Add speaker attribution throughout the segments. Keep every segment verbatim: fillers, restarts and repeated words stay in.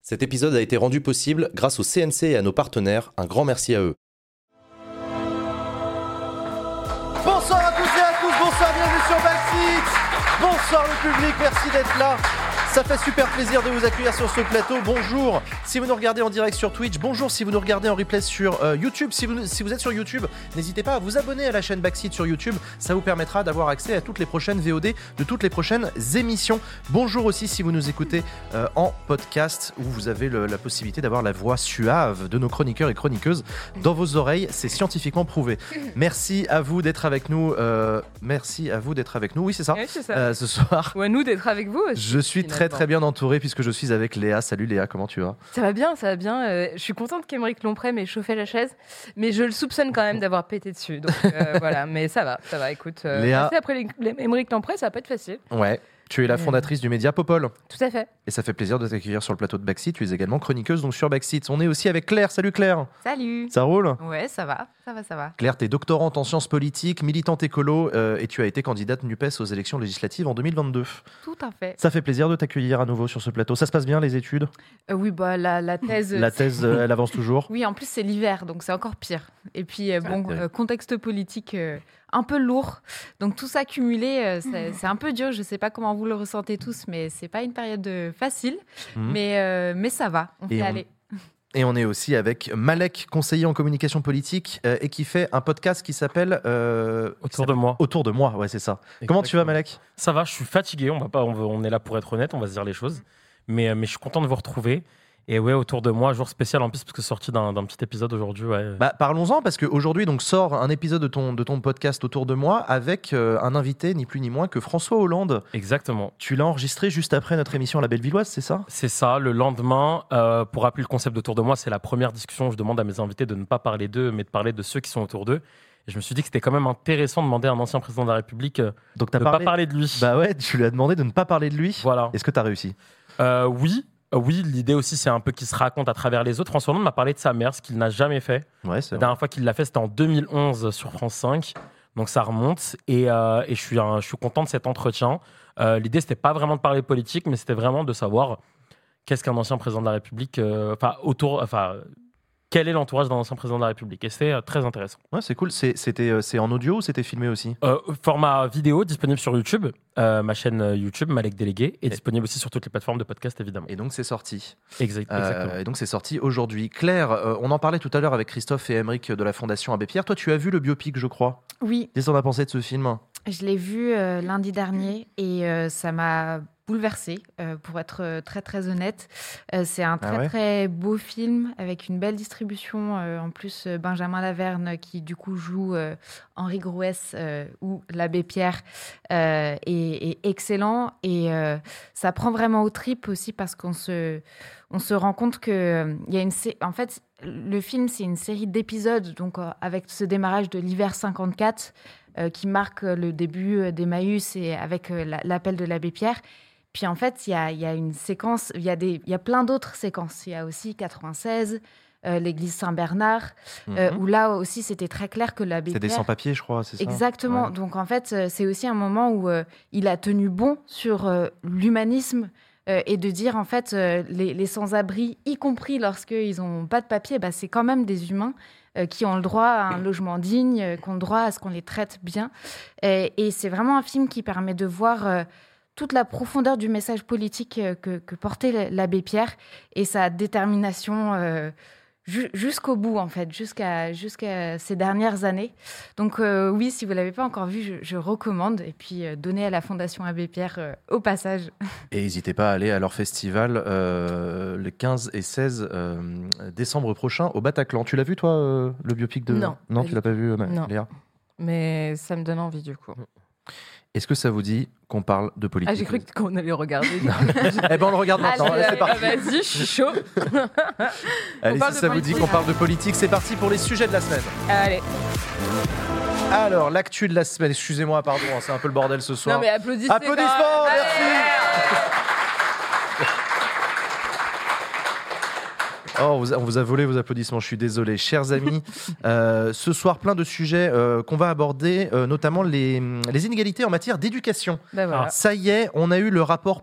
Speaker 1: Cet épisode a été rendu possible grâce au C N C et à nos partenaires. Un grand merci à eux.
Speaker 2: Bonsoir à toutes et à tous, bonsoir, bienvenue sur Backseat. Bonsoir le public, merci d'être là. Ça fait super plaisir de vous accueillir sur ce plateau. Bonjour si vous nous regardez en direct sur Twitch. Bonjour si vous nous regardez en replay sur euh, YouTube. Si vous, si vous êtes sur YouTube, n'hésitez pas à vous abonner à la chaîne Backseat sur YouTube. Ça vous permettra d'avoir accès à toutes les prochaines V O D de toutes les prochaines émissions. Bonjour aussi si vous nous écoutez euh, en podcast où vous avez le, la possibilité d'avoir la voix suave de nos chroniqueurs et chroniqueuses dans vos oreilles. C'est scientifiquement prouvé. Merci à vous d'être avec nous. Euh, merci à vous d'être avec nous. Oui, c'est ça.
Speaker 3: Oui, c'est ça.
Speaker 2: Euh, ce soir.
Speaker 3: Ou à nous d'être avec vous aussi.
Speaker 2: Je suis très très bien entouré puisque je suis avec Léa. Salut Léa, comment tu vas ?
Speaker 3: Ça va bien, ça va bien. Euh, je suis contente qu'Émeric Lompré m'ait chauffé la chaise, mais je le soupçonne quand même d'avoir pété dessus. Donc euh, voilà, mais ça va, ça va. Écoute, euh,
Speaker 2: Léa...
Speaker 3: passer après Émeric Lompré, ça va pas être facile.
Speaker 2: Ouais. Tu es la fondatrice du média Popol.
Speaker 3: Tout à fait.
Speaker 2: Et ça fait plaisir de t'accueillir sur le plateau de Backseat. Tu es également chroniqueuse donc sur Backseat. On est aussi avec Claire. Salut Claire.
Speaker 4: Salut.
Speaker 2: Ça roule ?
Speaker 4: Ouais, ça va, ça va, ça va.
Speaker 2: Claire, tu es doctorante en sciences politiques, militante écolo euh, et tu as été candidate NUPES aux élections législatives en deux mille vingt-deux.
Speaker 4: Tout à fait.
Speaker 2: Ça fait plaisir de t'accueillir à nouveau sur ce plateau. Ça se passe bien les études ?
Speaker 4: euh, Oui, bah la, la thèse...
Speaker 2: La thèse, euh, elle avance toujours ?
Speaker 4: Oui, en plus c'est l'hiver, donc c'est encore pire. Et puis, euh, bon,
Speaker 2: Ah,
Speaker 4: euh, contexte politique... Euh... un peu lourd, donc tout ça cumulé, euh, c'est, c'est un peu dur. Je sais pas comment vous le ressentez tous, mais c'est pas une période euh, facile, mmh. mais euh, mais ça va, on fait aller.
Speaker 2: Et on est aussi avec Malek, conseiller en communication politique, euh, et qui fait un podcast qui s'appelle euh,
Speaker 5: Autour
Speaker 2: qui s'appelle
Speaker 5: de moi.
Speaker 2: Autour de moi, ouais, c'est ça.
Speaker 5: Exactement.
Speaker 2: Comment tu vas, Malek ?
Speaker 5: Ça va, je suis fatigué. On va pas, on, veut, on est là pour être honnête, on va se dire les choses. Mais mais je suis content de vous retrouver. Et ouais, autour de moi, jour spécial en plus, parce que sorti d'un, d'un petit épisode aujourd'hui. Ouais.
Speaker 2: Bah, parlons-en, parce qu'aujourd'hui donc, sort un épisode de ton, de ton podcast Autour de moi avec euh, un invité, ni plus ni moins que François Hollande.
Speaker 5: Exactement.
Speaker 2: Tu l'as enregistré juste après notre émission La Bellevilloise, c'est ça ?
Speaker 5: C'est ça, le lendemain. Euh, pour rappeler le concept d'Autour de moi, c'est la première discussion où je demande à mes invités de ne pas parler d'eux, mais de parler de ceux qui sont autour d'eux. Et je me suis dit que c'était quand même intéressant de demander à un ancien président de la République euh,
Speaker 2: donc,
Speaker 5: de ne
Speaker 2: parlé...
Speaker 5: pas parler de lui.
Speaker 2: Bah ouais, tu lui as demandé de ne pas parler de lui.
Speaker 5: Voilà.
Speaker 2: Est-ce que tu as réussi ?
Speaker 5: euh, Oui. Oui, l'idée aussi, c'est un peu qu'il se raconte à travers les autres. François Hollande m'a parlé de sa mère, ce qu'il n'a jamais fait.
Speaker 2: Ouais, c'est
Speaker 5: La
Speaker 2: vrai.
Speaker 5: dernière fois qu'il l'a fait, c'était en deux mille onze sur France cinq. Donc ça remonte. Et, euh, et je, suis un, je suis content de cet entretien. Euh, l'idée, c'était pas vraiment de parler politique, mais c'était vraiment de savoir qu'est-ce qu'un ancien président de la République... Enfin, euh, autour... Enfin, quel est l'entourage d'un ancien président de la République. Et c'est euh, très intéressant.
Speaker 2: Ouais, c'est cool. C'est, c'était, euh, c'est en audio ou c'était filmé aussi ?
Speaker 5: euh, Format vidéo, disponible sur YouTube. Euh, ma chaîne YouTube, Malek Délégué, est et disponible aussi sur toutes les plateformes de podcast, évidemment.
Speaker 2: Et donc, c'est sorti.
Speaker 5: Exact,
Speaker 2: euh,
Speaker 5: exactement.
Speaker 2: Et donc, c'est sorti aujourd'hui. Claire, euh, on en parlait tout à l'heure avec Christophe et Émeric de la Fondation Abbé Pierre. Toi, tu as vu le biopic, je crois.
Speaker 4: Oui.
Speaker 2: Qu'est-ce qu'on a pensé de ce film ?
Speaker 4: Je l'ai vu euh, lundi dernier et euh, ça m'a bouleversée, euh, pour être euh, très très honnête. Euh, c'est un très ah ouais très beau film avec une belle distribution. Euh, en plus, euh, Benjamin Laverne qui du coup joue euh, Henri Grouès euh, ou l'abbé Pierre euh, est, est excellent et euh, ça prend vraiment aux tripes aussi parce qu'on se on se rend compte que euh, il y a une sé- en fait le film c'est une série d'épisodes donc euh, avec ce démarrage de l'hiver cinquante-quatre euh, qui marque le début d'Emmaüs et avec euh, la, l'appel de l'abbé Pierre. Puis en fait, il y a, y a une séquence, il y, y a plein d'autres séquences. Il y a aussi quatre-vingt-seize, euh, l'église Saint-Bernard, mm-hmm. euh, où là aussi, c'était très clair que l'abbé
Speaker 2: C'est
Speaker 4: Pierre...
Speaker 2: des sans-papiers, je crois, c'est ça ?
Speaker 4: Exactement. Ouais. Donc en fait, c'est aussi un moment où euh, il a tenu bon sur euh, l'humanisme euh, et de dire, en fait, euh, les, les sans-abri, y compris lorsqu'ils n'ont pas de papier, bah, c'est quand même des humains euh, qui ont le droit à un logement digne, euh, qui ont le droit à ce qu'on les traite bien. Et, et c'est vraiment un film qui permet de voir... Euh, toute la profondeur du message politique que, que portait l'abbé Pierre et sa détermination euh, ju- jusqu'au bout, en fait, jusqu'à, jusqu'à ces dernières années. Donc euh, oui, si vous ne l'avez pas encore vu, je, je recommande. Et puis, euh, donnez à la Fondation Abbé Pierre euh, au passage.
Speaker 2: Et n'hésitez pas à aller à leur festival euh, le quinze et seize euh, décembre prochain au Bataclan. Tu l'as vu, toi, euh, le biopic de...
Speaker 3: Non.
Speaker 2: Non, tu ne l'as pas vu,
Speaker 3: non.
Speaker 2: Léa ?
Speaker 3: Mais ça me donne envie, du coup.
Speaker 2: Est-ce que ça vous dit qu'on parle de politique ?
Speaker 3: Ah, j'ai cru qu'on allait regarder.
Speaker 2: Eh ben, on le regarde maintenant.
Speaker 3: Allez,
Speaker 2: Allez, c'est parti.
Speaker 3: Vas-y, je suis chaud.
Speaker 2: Allez, si ça vous dit qu'on parle de politique, c'est parti pour les sujets de la semaine.
Speaker 3: Allez.
Speaker 2: Alors, l'actu de la semaine. Excusez-moi, pardon, c'est un peu le bordel ce soir.
Speaker 3: Non, mais applaudissez.
Speaker 2: Applaudissements, merci. Oh, on vous, a, on vous a volé vos applaudissements, je suis désolé. Chers amis, euh, ce soir, plein de sujets euh, qu'on va aborder, euh, notamment les, les inégalités en matière d'éducation.
Speaker 3: Ben voilà.
Speaker 2: Ça y est, on a eu le rapport PISA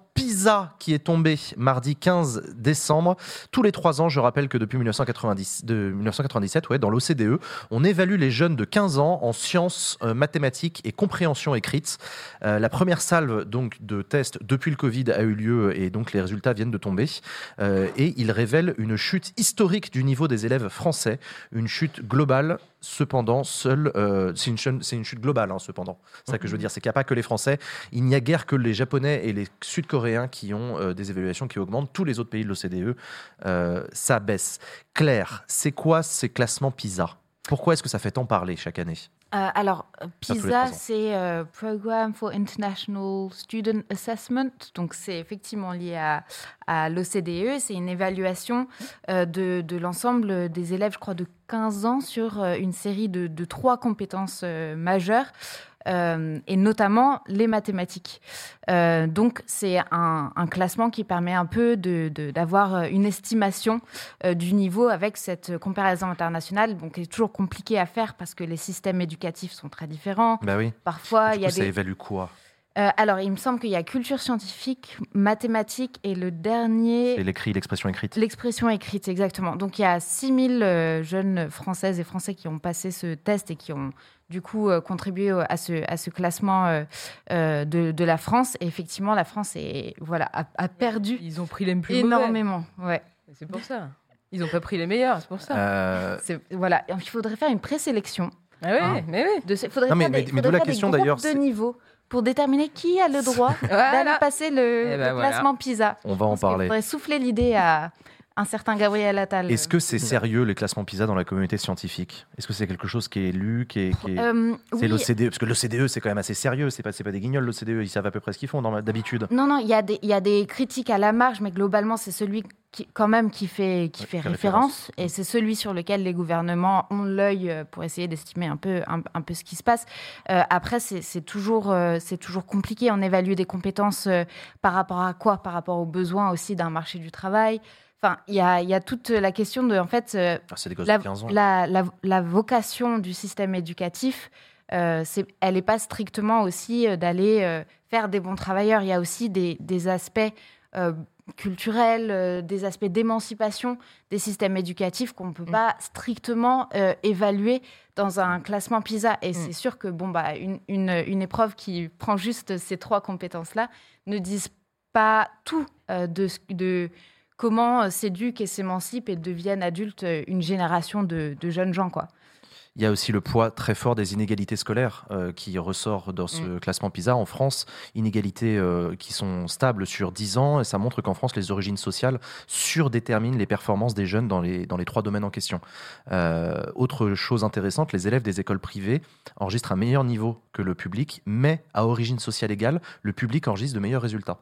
Speaker 2: PISA qui est tombé mardi quinze décembre. Tous les trois ans, je rappelle que depuis dix-neuf cent quatre-vingt-dix, de dix-neuf cent quatre-vingt-dix-sept, ouais, dans l'O C D E, on évalue les jeunes de quinze ans en sciences, euh, mathématiques et compréhension écrite. Euh, la première salve donc, de tests depuis le Covid a eu lieu et donc les résultats viennent de tomber. Euh, et il révèle une chute historique du niveau des élèves français, une chute globale. Cependant, seul, euh, c'est, une chute, c'est une chute globale, hein, cependant. C'est ça que je veux dire, c'est qu'il n'y a pas que les Français. Il n'y a guère que les Japonais et les Sud-Coréens qui ont euh, des évaluations qui augmentent. Tous les autres pays de l'O C D E, euh, ça baisse. Claire, c'est quoi ces classements PISA ? Pourquoi est-ce que ça fait tant parler chaque année ?
Speaker 4: Euh, alors, PISA, c'est euh, Program for International Student Assessment. Donc, c'est effectivement lié à, à l'O C D E. C'est une évaluation euh, de, de l'ensemble des élèves, je crois, de quinze ans sur euh, une série de, de trois compétences euh, majeures. Euh, et notamment les mathématiques. Euh, donc, c'est un, un classement qui permet un peu de, de, d'avoir une estimation euh, du niveau avec cette comparaison internationale, donc c'est toujours compliqué à faire parce que les systèmes éducatifs sont très différents.
Speaker 2: Bah oui.
Speaker 4: Parfois,
Speaker 2: il y a ça des... ça évalue quoi ?
Speaker 4: Euh, alors, il me semble qu'il y a culture scientifique, mathématiques et le dernier...
Speaker 2: C'est l'écrit, l'expression écrite.
Speaker 4: L'expression écrite, exactement. Donc, il y a six mille euh, jeunes Françaises et Français qui ont passé ce test et qui ont, du coup, euh, contribué à ce, à ce classement euh, euh, de, de la France. Et effectivement, la France est, voilà, a, a perdu
Speaker 3: Ils ont pris les plus
Speaker 4: énormément. Ouais.
Speaker 3: C'est pour ça. Ils n'ont pas pris les meilleurs, c'est pour ça.
Speaker 2: Euh...
Speaker 4: C'est, voilà. Il faudrait faire une présélection.
Speaker 3: Ah oui, hein, mais oui.
Speaker 4: Il faudrait
Speaker 2: non, mais,
Speaker 4: faire
Speaker 2: mais,
Speaker 4: des,
Speaker 2: mais
Speaker 4: faudrait
Speaker 2: la
Speaker 4: faire
Speaker 2: question,
Speaker 4: des groupes
Speaker 2: d'ailleurs,
Speaker 4: de
Speaker 2: c'est...
Speaker 4: niveau pour déterminer qui a le droit
Speaker 3: voilà.
Speaker 4: d'aller passer le,
Speaker 3: eh ben
Speaker 4: le classement
Speaker 3: voilà.
Speaker 4: PISA.
Speaker 2: On va en parler.
Speaker 4: Il faudrait souffler l'idée à un certain Gabriel Attal.
Speaker 2: Est-ce que c'est sérieux, les classements PISA dans la communauté scientifique ? Est-ce que c'est quelque chose qui est lu, qui est... Qui est...
Speaker 4: Euh,
Speaker 2: c'est
Speaker 4: oui.
Speaker 2: l'O C D E, parce que l'O C D E, c'est quand même assez sérieux. C'est pas, c'est pas des guignols, l'O C D E. Ils savent à peu près ce qu'ils font dans, d'habitude.
Speaker 4: Non, non, il y a des, il y a des critiques à la marge, mais globalement, c'est celui qui, quand même, qui fait, qui
Speaker 2: ouais,
Speaker 4: fait
Speaker 2: qui
Speaker 4: référence.
Speaker 2: référence.
Speaker 4: Et c'est celui sur lequel les gouvernements ont l'œil pour essayer d'estimer un peu, un, un peu ce qui se passe. Euh, après, c'est, c'est, toujours, euh, c'est toujours compliqué. On évalue des compétences euh, par rapport à quoi ? Par rapport aux besoins aussi d'un marché du travail. Enfin, il y a, y a toute la question de, en fait, euh,
Speaker 2: ah, c'est des gosses
Speaker 4: la,
Speaker 2: de quinze ans.
Speaker 4: La, la, la vocation du système éducatif, euh, c'est, elle n'est pas strictement aussi euh, d'aller euh, faire des bons travailleurs. Il y a aussi des, des aspects euh, culturels, euh, des aspects d'émancipation des systèmes éducatifs qu'on ne peut mmh. pas strictement euh, évaluer dans un classement PISA. Et mmh. c'est sûr que bon, bah, une, une, une épreuve qui prend juste ces trois compétences-là ne dit pas tout euh, de... de comment s'éduquent et s'émancipent et deviennent adultes une génération de, de jeunes gens, quoi.
Speaker 2: Il y a aussi le poids très fort des inégalités scolaires euh, qui ressort dans ce mmh. classement PISA. En France, inégalités euh, qui sont stables sur dix ans, et ça montre qu'en France, les origines sociales surdéterminent les performances des jeunes dans les, dans les trois domaines en question. Euh, autre chose intéressante, les élèves des écoles privées enregistrent un meilleur niveau que le public, mais à origine sociale égale, le public enregistre de meilleurs résultats.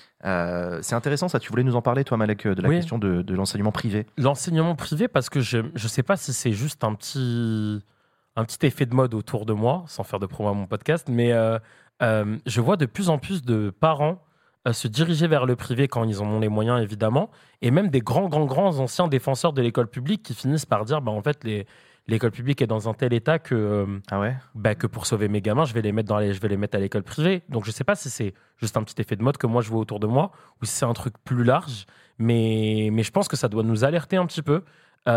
Speaker 2: Euh, c'est intéressant ça, tu voulais nous en parler toi Malek de la oui. question de, de l'enseignement privé.
Speaker 5: L'enseignement privé parce que je ne sais pas si c'est juste un petit, un petit effet de mode autour de moi, sans faire de promo à mon podcast, mais euh, euh, je vois de plus en plus de parents euh, se diriger vers le privé quand ils en ont les moyens évidemment, et même des grands grands grands anciens défenseurs de l'école publique qui finissent par dire bah, en fait les l'école publique est dans un tel état que, euh,
Speaker 2: ah ouais
Speaker 5: bah, que pour sauver mes gamins, je vais les mettre dans les, je vais les mettre à l'école privée. Donc je sais pas si c'est juste un petit effet de mode que moi je vois autour de moi ou si c'est un truc plus large, mais, mais je pense que ça doit nous alerter un petit peu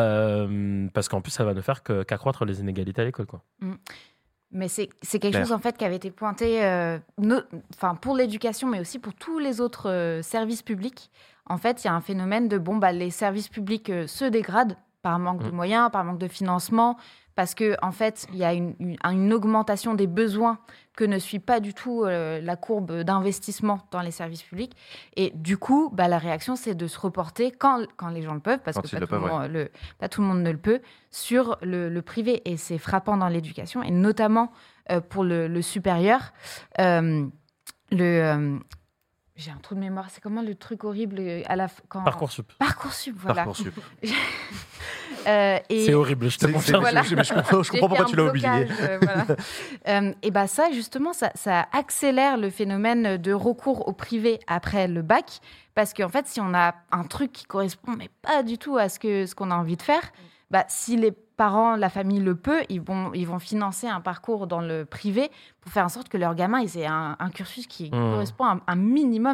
Speaker 5: euh, parce qu'en plus ça va ne faire que, qu'accroître les inégalités à l'école, quoi.
Speaker 4: Mmh. Mais c'est, c'est quelque
Speaker 2: Claire.
Speaker 4: chose en fait qui avait été pointé euh, no, pour l'éducation, mais aussi pour tous les autres euh, services publics. En fait, il y a un phénomène de bon, bah, les services publics euh, se dégradent par manque mmh. de moyens, par manque de financement, parce qu'en en fait, il y a une, une, une augmentation des besoins que ne suit pas du tout euh, la courbe d'investissement dans les services publics. Et du coup, bah, la réaction, c'est de se reporter, quand, quand les gens le peuvent, parce quand que pas tout, monde, ouais. le, pas tout le monde ne le peut, sur le, le privé. Et c'est frappant dans l'éducation, et notamment euh, pour le, le supérieur. Euh, le... Euh, J'ai un trou de mémoire. C'est comment le truc horrible à la quand...
Speaker 5: Parcoursup.
Speaker 4: Parcoursup, voilà.
Speaker 2: Parcoursup.
Speaker 5: euh, et... C'est horrible, je te confirme.
Speaker 4: Voilà.
Speaker 2: Je, je comprends, je comprends pourquoi tu l'as oublié.
Speaker 4: Euh, voilà. euh, et bah ça, justement, ça, ça accélère le phénomène de recours au privé après le bac, parce qu'en fait, si on a un truc qui correspond mais pas du tout à ce que ce qu'on a envie de faire, bah si les parents, la famille le peut, ils vont, ils vont financer un parcours dans le privé pour faire en sorte que leur gamin ait un, un cursus qui mmh. correspond à un minimum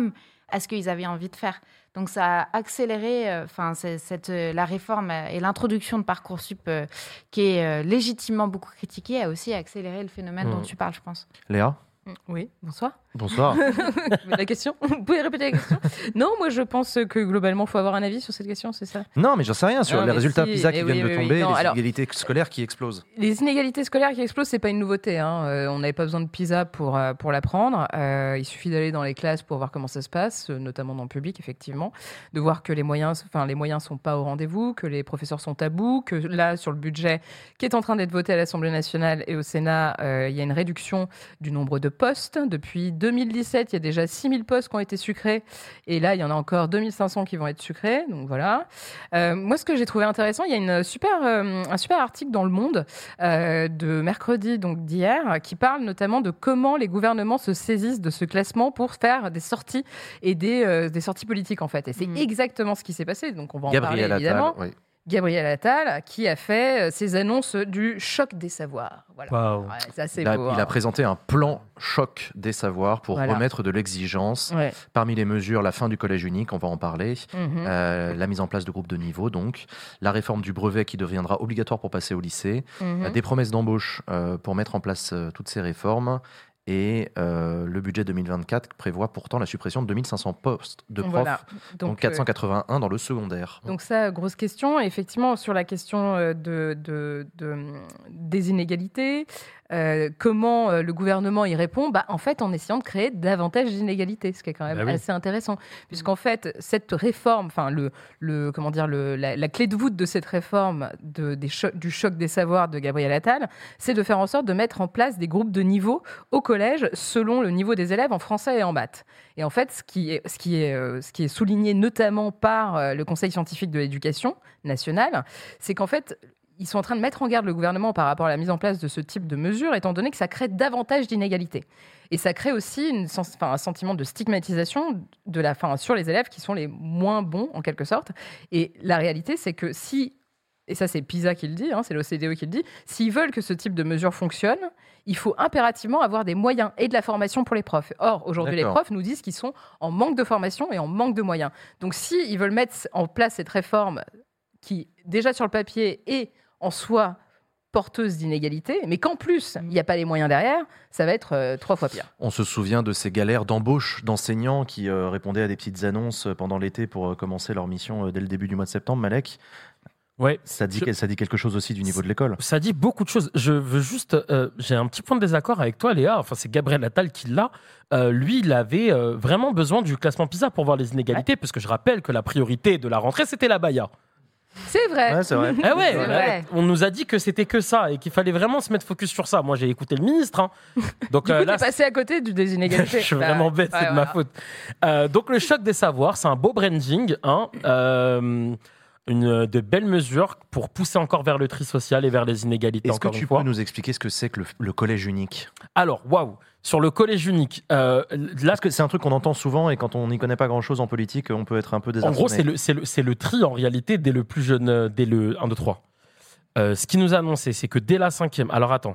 Speaker 4: à ce qu'ils avaient envie de faire. Donc ça a accéléré enfin, euh, cette, euh, la réforme et l'introduction de Parcoursup euh, qui est euh, légitimement beaucoup critiquée a aussi accéléré le phénomène mmh. dont tu parles, je pense.
Speaker 2: Léa ?
Speaker 3: Oui, bonsoir.
Speaker 2: Bonsoir.
Speaker 3: La question, vous pouvez répéter la question ? Non, moi je pense que globalement, il faut avoir un avis sur cette question, c'est ça ?
Speaker 2: Non, mais j'en sais rien sur
Speaker 3: non,
Speaker 2: les résultats
Speaker 3: si,
Speaker 2: PISA qui
Speaker 3: oui,
Speaker 2: viennent
Speaker 3: oui,
Speaker 2: de
Speaker 3: oui,
Speaker 2: tomber,
Speaker 3: non,
Speaker 2: les
Speaker 3: alors,
Speaker 2: inégalités scolaires qui explosent.
Speaker 3: Les inégalités scolaires qui explosent, c'est pas une nouveauté. Hein. Euh, on n'avait pas besoin de PISA pour, euh, pour l'apprendre. Euh, il suffit d'aller dans les classes pour voir comment ça se passe, euh, notamment dans le public, effectivement, de voir que les moyens, enfin les moyens sont pas au rendez-vous, que les professeurs sont à bout, que là, sur le budget qui est en train d'être voté à l'Assemblée nationale et au Sénat, euh, il y a une réduction du nombre de postes. Depuis deux mille dix-sept, il y a déjà six mille postes qui ont été sucrés. Et là, il y en a encore deux mille cinq cents qui vont être sucrés. Donc voilà. Euh, moi, ce que j'ai trouvé intéressant, il y a une super, euh, un super article dans Le Monde euh, de mercredi, donc d'hier, qui parle notamment de comment les gouvernements se saisissent de ce classement pour faire des sorties et des, euh, des sorties politiques, en fait. Et c'est mmh. exactement ce qui s'est passé. Donc on va en
Speaker 2: Gabriel
Speaker 3: parler, évidemment.
Speaker 2: Attal, oui.
Speaker 3: Gabriel Attal, qui a fait ses annonces du choc des savoirs. Voilà.
Speaker 5: Wow.
Speaker 3: Ouais, ça, c'est
Speaker 2: il, a,
Speaker 3: beau,
Speaker 2: il
Speaker 3: hein.
Speaker 2: a présenté un plan choc des savoirs pour
Speaker 3: voilà.
Speaker 2: remettre de l'exigence.
Speaker 3: Ouais.
Speaker 2: Parmi les mesures, la fin du collège unique, on va en parler,
Speaker 3: Mmh.
Speaker 2: euh, la mise en place de groupes de niveau, donc la réforme du brevet qui deviendra obligatoire pour passer au lycée,
Speaker 3: Mmh.
Speaker 2: euh, des promesses d'embauche euh, pour mettre en place euh, toutes ces réformes. Et euh, le budget deux mille vingt-quatre prévoit pourtant la suppression de deux mille cinq cents postes de profs,
Speaker 3: Voilà.
Speaker 2: donc, donc quatre cent quatre-vingt-un euh, dans le secondaire.
Speaker 3: Donc ça, grosse question. Effectivement, sur la question de, de, de, des inégalités, euh, comment euh, le gouvernement y répond ? Bah, en fait, en essayant de créer davantage d'inégalités, ce qui est quand même
Speaker 5: bah oui.
Speaker 3: assez intéressant. Puisqu'en fait, cette réforme, enfin, le, le, comment dire, le, la, la clé de voûte de cette réforme de, des cho- du choc des savoirs de Gabriel Attal, c'est de faire en sorte de mettre en place des groupes de niveau au collège selon le niveau des élèves en français et en maths. Et en fait, ce qui est, ce qui est, euh, ce qui est souligné notamment par euh, le Conseil scientifique de l'éducation nationale, c'est qu'en fait, ils sont en train de mettre en garde le gouvernement par rapport à la mise en place de ce type de mesures, étant donné que ça crée davantage d'inégalités. Et ça crée aussi une sens- enfin, un sentiment de stigmatisation de la, fin, sur les élèves qui sont les moins bons, en quelque sorte. Et la réalité, c'est que si, et ça c'est PISA qui le dit, hein, c'est l'O C D E qui le dit, s'ils veulent que ce type de mesures fonctionne, il faut impérativement avoir des moyens et de la formation pour les profs. Or, aujourd'hui,
Speaker 2: D'accord.
Speaker 3: les profs nous disent qu'ils sont en manque de formation et en manque de moyens. Donc, s'ils veulent mettre en place cette réforme qui, déjà sur le papier, est en soi porteuse d'inégalités, mais qu'en plus, il n'y a pas les moyens derrière, ça va être euh, trois fois pire.
Speaker 2: On se souvient de ces galères d'embauche d'enseignants qui euh, répondaient à des petites annonces pendant l'été pour euh, commencer leur mission euh, dès le début du mois de septembre, Malek.
Speaker 5: Ouais.
Speaker 2: Ça dit,
Speaker 5: Je...
Speaker 2: ça dit quelque chose aussi du niveau de l'école.
Speaker 5: Ça dit beaucoup de choses. Je veux juste... Euh, j'ai un petit point de désaccord avec toi, Léa. Enfin, c'est Gabriel Attal qui l'a. Euh, lui, il avait euh, vraiment besoin du classement PISA pour voir les inégalités, ouais. parce que je rappelle que la priorité de la rentrée, c'était la Baïa.
Speaker 3: C'est vrai.
Speaker 2: Ouais, c'est vrai.
Speaker 5: Ah ouais,
Speaker 3: C'est vrai.
Speaker 5: on nous a dit que c'était que ça et qu'il fallait vraiment se mettre focus sur ça. Moi, j'ai écouté le ministre. Hein. Donc
Speaker 3: du coup,
Speaker 5: euh,
Speaker 3: là, t'es passé à côté du, des inégalités.
Speaker 5: je suis
Speaker 3: bah,
Speaker 5: vraiment bête,
Speaker 3: ouais,
Speaker 5: c'est de
Speaker 3: voilà.
Speaker 5: ma faute. Euh, donc, le choc des savoirs, c'est un beau branding. Hein. Euh, Une, de belles mesures pour pousser encore vers le tri social et vers les inégalités.
Speaker 2: Est-ce que
Speaker 5: encore
Speaker 2: tu
Speaker 5: une
Speaker 2: peux
Speaker 5: fois.
Speaker 2: nous expliquer ce que c'est que le, le collège unique ?
Speaker 5: Alors, waouh, sur le collège unique, euh, là,
Speaker 2: Parce que c'est un truc qu'on entend souvent et quand on n'y connaît pas grand-chose en politique, on peut être un peu
Speaker 5: en
Speaker 2: désarçonné.
Speaker 5: gros, c'est le, c'est, le, c'est le tri en réalité dès le plus jeune, euh, dès le un, deux, trois. Euh, ce qui nous a annoncé, c'est que dès la cinquième, alors attends,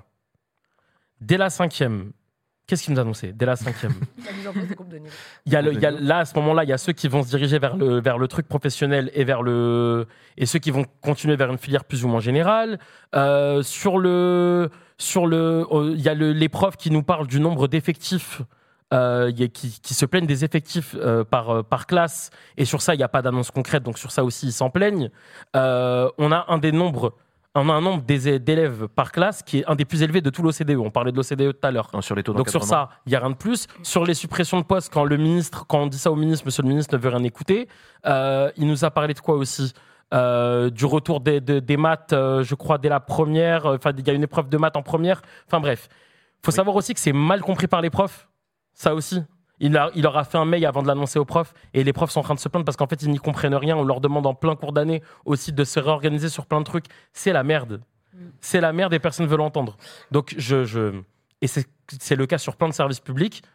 Speaker 5: dès la cinquième, qu'est-ce qu'il nous a annoncé dès la cinquième?
Speaker 3: La mise en place des groupes de niveau.
Speaker 5: Il y a le, il y a, là, à ce moment-là, il y a ceux qui vont se diriger vers le, vers le truc professionnel et, vers le, et ceux qui vont continuer vers une filière plus ou moins générale. Euh, sur le, sur le, euh, il y a le, les profs qui nous parlent du nombre d'effectifs, euh, y a, qui, qui se plaignent des effectifs euh, par, par classe. Et sur ça, il n'y a pas d'annonce concrète, donc sur ça aussi, ils s'en plaignent. Euh, on a un des nombres... On a un nombre d'élèves par classe qui est un des plus élevés de tout l'O C D E. On parlait de l'O C D E tout à l'heure.
Speaker 2: Sur les taux
Speaker 5: Donc sur ça, il n'y a rien de plus. Sur les suppressions de postes, quand le ministre, quand on dit ça au ministre, monsieur le ministre ne veut rien écouter, euh, il nous a parlé de quoi aussi euh, du retour des, des, des maths, euh, je crois, dès la première. Enfin, il y a une épreuve de maths en première. Enfin bref. Il faut oui. savoir aussi que c'est mal compris par les profs. Ça aussi. Il, a, il leur a fait un mail avant de l'annoncer aux profs et les profs sont en train de se plaindre parce qu'en fait, ils n'y comprennent rien. On leur demande en plein cours d'année aussi de se réorganiser sur plein de trucs. C'est la merde. Mm. C'est la merde et personne ne veut l'entendre. Donc, je... je... Et c'est, c'est le cas sur plein de services publics.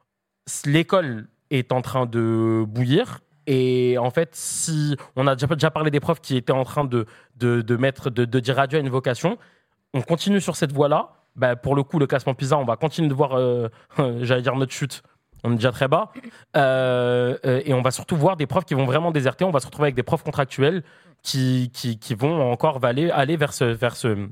Speaker 5: L'école est en train de bouillir. Et en fait, si on a déjà, déjà parlé des profs qui étaient en train de, de, de, mettre, de, de dire adieu à une vocation, on continue sur cette voie-là. Bah, pour le coup, le classement PISA, on va continuer de voir, euh, j'allais dire notre chute. On est déjà très bas. Euh, euh, et on va surtout voir des profs qui vont vraiment déserter. On va se retrouver avec des profs contractuels qui, qui, qui vont encore aller, aller vers ce... Vers ce,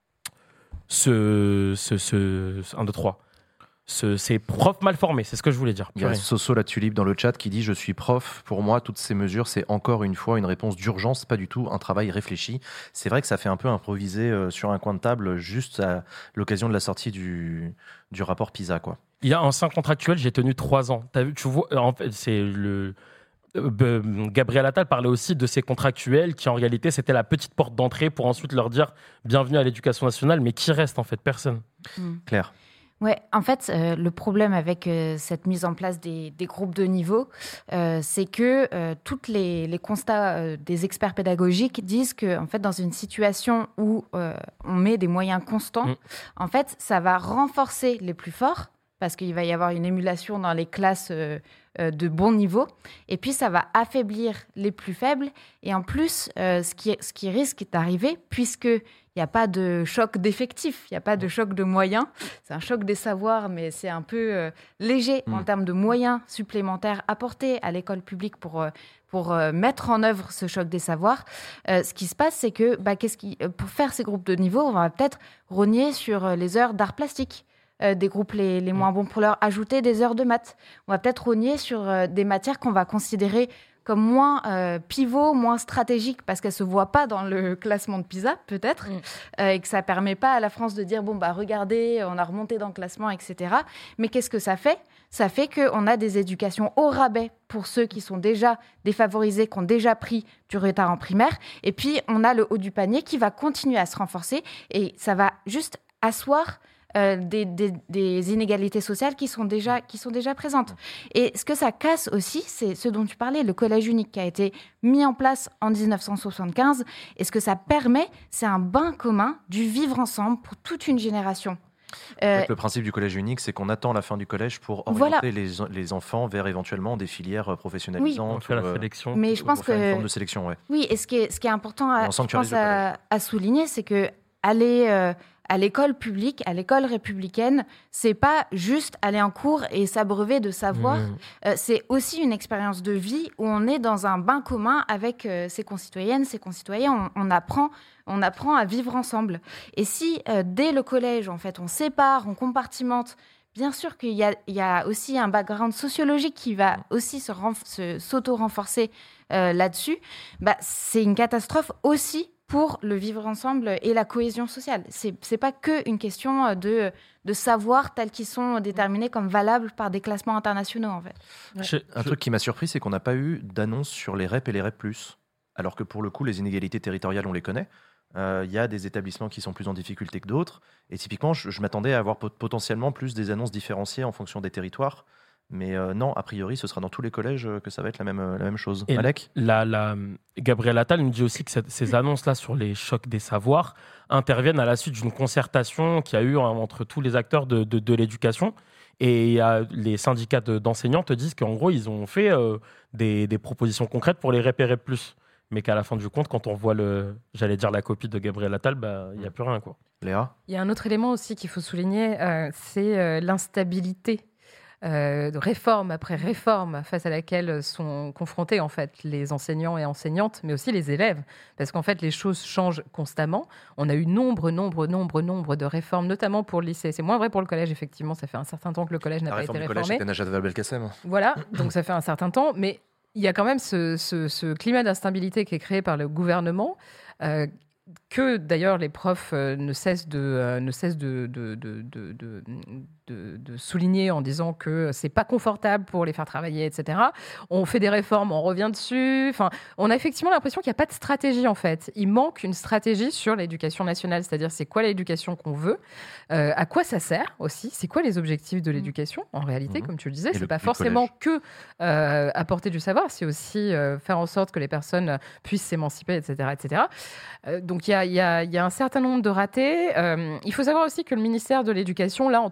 Speaker 5: ce, ce, ce, ce un, deux, trois. Ce, ces profs mal formés, c'est ce que je voulais dire.
Speaker 2: Il y a Soso la Tulipe dans le chat qui dit « Je suis prof. Pour moi, toutes ces mesures, c'est encore une fois une réponse d'urgence, pas du tout un travail réfléchi. » C'est vrai que ça fait un peu improviser euh, sur un coin de table juste à l'occasion de la sortie du, du rapport PISA, quoi.
Speaker 5: Il y a un ancien contractuel, j'ai tenu trois ans. T'as vu, tu vois, en fait, c'est le... Euh, Gabriel Attal parlait aussi de ces contractuels qui, en réalité, c'était la petite porte d'entrée pour ensuite leur dire « Bienvenue à l'éducation nationale », mais qui reste, en fait? Personne.
Speaker 4: Mmh.
Speaker 2: Claire.
Speaker 4: Ouais, en fait, euh, le problème avec euh, cette mise en place des, des groupes de niveau, euh, c'est que euh, tous les, les constats euh, des experts pédagogiques disent que, en fait, dans une situation où euh, on met des moyens constants, mmh. en fait, ça va renforcer les plus forts parce qu'il va y avoir une émulation dans les classes euh, euh, de bon niveau, et puis ça va affaiblir les plus faibles. Et en plus, euh, ce qui, ce qui risque d'arriver, puisque il n'y a pas de choc d'effectifs, il n'y a pas de choc de moyens. C'est un choc des savoirs, mais c'est un peu euh, léger mmh. en termes de moyens supplémentaires apportés à l'école publique pour, euh, pour euh, mettre en œuvre ce choc des savoirs. Euh, ce qui se passe, c'est que bah, qu'est-ce qui, pour faire ces groupes de niveau, on va peut-être rogner sur les heures d'art plastique. Euh, des groupes les, les moins bons pour leur ajouter des heures de maths. On va peut-être rogner sur euh, des matières qu'on va considérer comme moins euh, pivot, moins stratégique, parce qu'elle ne se voit pas dans le classement de PISA, peut-être, mmh. euh, et que ça ne permet pas à la France de dire, bon, bah, regardez, on a remonté dans le classement, et cetera. Mais qu'est-ce que ça fait ? Ça fait qu'on a des éducations au rabais pour ceux qui sont déjà défavorisés, qui ont déjà pris du retard en primaire, et puis on a le haut du panier qui va continuer à se renforcer, et ça va juste asseoir Euh, des, des, des inégalités sociales qui sont, déjà, qui sont déjà présentes. Et ce que ça casse aussi, c'est ce dont tu parlais, le collège unique qui a été mis en place en dix-neuf cent soixante-quinze. Et ce que ça permet, c'est un bain commun du vivre ensemble pour toute une génération.
Speaker 2: Euh, le principe du collège unique, c'est qu'on attend la fin du collège pour orienter voilà. les, les enfants vers éventuellement des filières professionnalisantes.
Speaker 5: Oui, on fait la sélection.
Speaker 4: Mais je pense
Speaker 2: que
Speaker 4: une
Speaker 2: forme de sélection, ouais.
Speaker 4: Oui, et ce qui est, ce qui est important à, je pense à, à souligner, c'est que aller euh, à l'école publique, à l'école républicaine, c'est pas juste aller en cours et s'abreuver de savoir. Mmh. Euh, c'est aussi une expérience de vie où on est dans un bain commun avec euh, ses concitoyennes, ses concitoyens. On, on apprend, on apprend à vivre ensemble. Et si euh, dès le collège, en fait, on sépare, on compartimente. Bien sûr qu'il y a, il y a aussi un background sociologique qui va aussi se renf- se, s'auto-renforcer euh, là-dessus. Bah, c'est une catastrophe aussi pour le vivre ensemble et la cohésion sociale. C'est, c'est pas qu'une question de, de savoirs tels qu'ils sont déterminés comme valables par des classements internationaux, en fait.
Speaker 2: Ouais. Je, un je... truc qui m'a surpris, c'est qu'on n'a pas eu d'annonce sur les R E P et les R E P plus, alors que pour le coup, les inégalités territoriales, on les connaît. Il euh, y a des établissements qui sont plus en difficulté que d'autres. Et typiquement, je, je m'attendais à avoir pot- potentiellement plus des annonces différenciées en fonction des territoires. Mais euh, non, a priori, ce sera dans tous les collèges que ça va être la même, la même chose.
Speaker 5: Et
Speaker 2: Malek
Speaker 5: la, la, Gabriel Attal nous dit aussi que cette, ces annonces-là sur les chocs des savoirs interviennent à la suite d'une concertation qu'il y a eu entre tous les acteurs de, de, de l'éducation. Et euh, les syndicats de, d'enseignants te disent qu'en gros, ils ont fait euh, des, des propositions concrètes pour les R E P et R E P plus. Mais qu'à la fin du compte, quand on voit le, j'allais dire la copie de Gabriel Attal, bah, il n'y a plus rien, quoi.
Speaker 2: Léa ?
Speaker 3: Il y a un autre élément aussi qu'il faut souligner, euh, c'est euh, l'instabilité. Euh, de réforme après réforme face à laquelle sont confrontés en fait les enseignants et enseignantes, mais aussi les élèves, parce qu'en fait les choses changent constamment. On a eu nombre, nombre, nombre, nombre de réformes, notamment pour le lycée. C'est moins vrai pour le collège, effectivement. Ça fait un certain temps que le collège n'a
Speaker 2: La
Speaker 3: pas été
Speaker 2: réforme
Speaker 3: réformé.
Speaker 2: Du collège, c'était Najat Vallaud-Belkacem.
Speaker 3: Voilà, donc ça fait un certain temps, mais il y a quand même ce, ce, ce climat d'instabilité qui est créé par le gouvernement. Euh, que d'ailleurs les profs euh, ne cessent de, euh, ne cessent de, de, de, de, de, de, de souligner en disant que c'est pas confortable pour les faire travailler, et cetera. On fait des réformes, on revient dessus. Enfin, on a effectivement l'impression qu'il n'y a pas de stratégie en fait. Il manque une stratégie sur l'éducation nationale, c'est-à-dire c'est quoi l'éducation qu'on veut, euh, à quoi ça sert aussi, c'est quoi les objectifs de l'éducation en réalité, mmh. comme tu le disais, et c'est le, pas forcément collège. que euh, apporter du savoir, c'est aussi euh, faire en sorte que les personnes puissent s'émanciper, et cetera, et cetera. Euh, donc il y a, y, a, y a un certain nombre de ratés. Euh, il faut savoir aussi que le ministère de l'Éducation, là en tout cas pour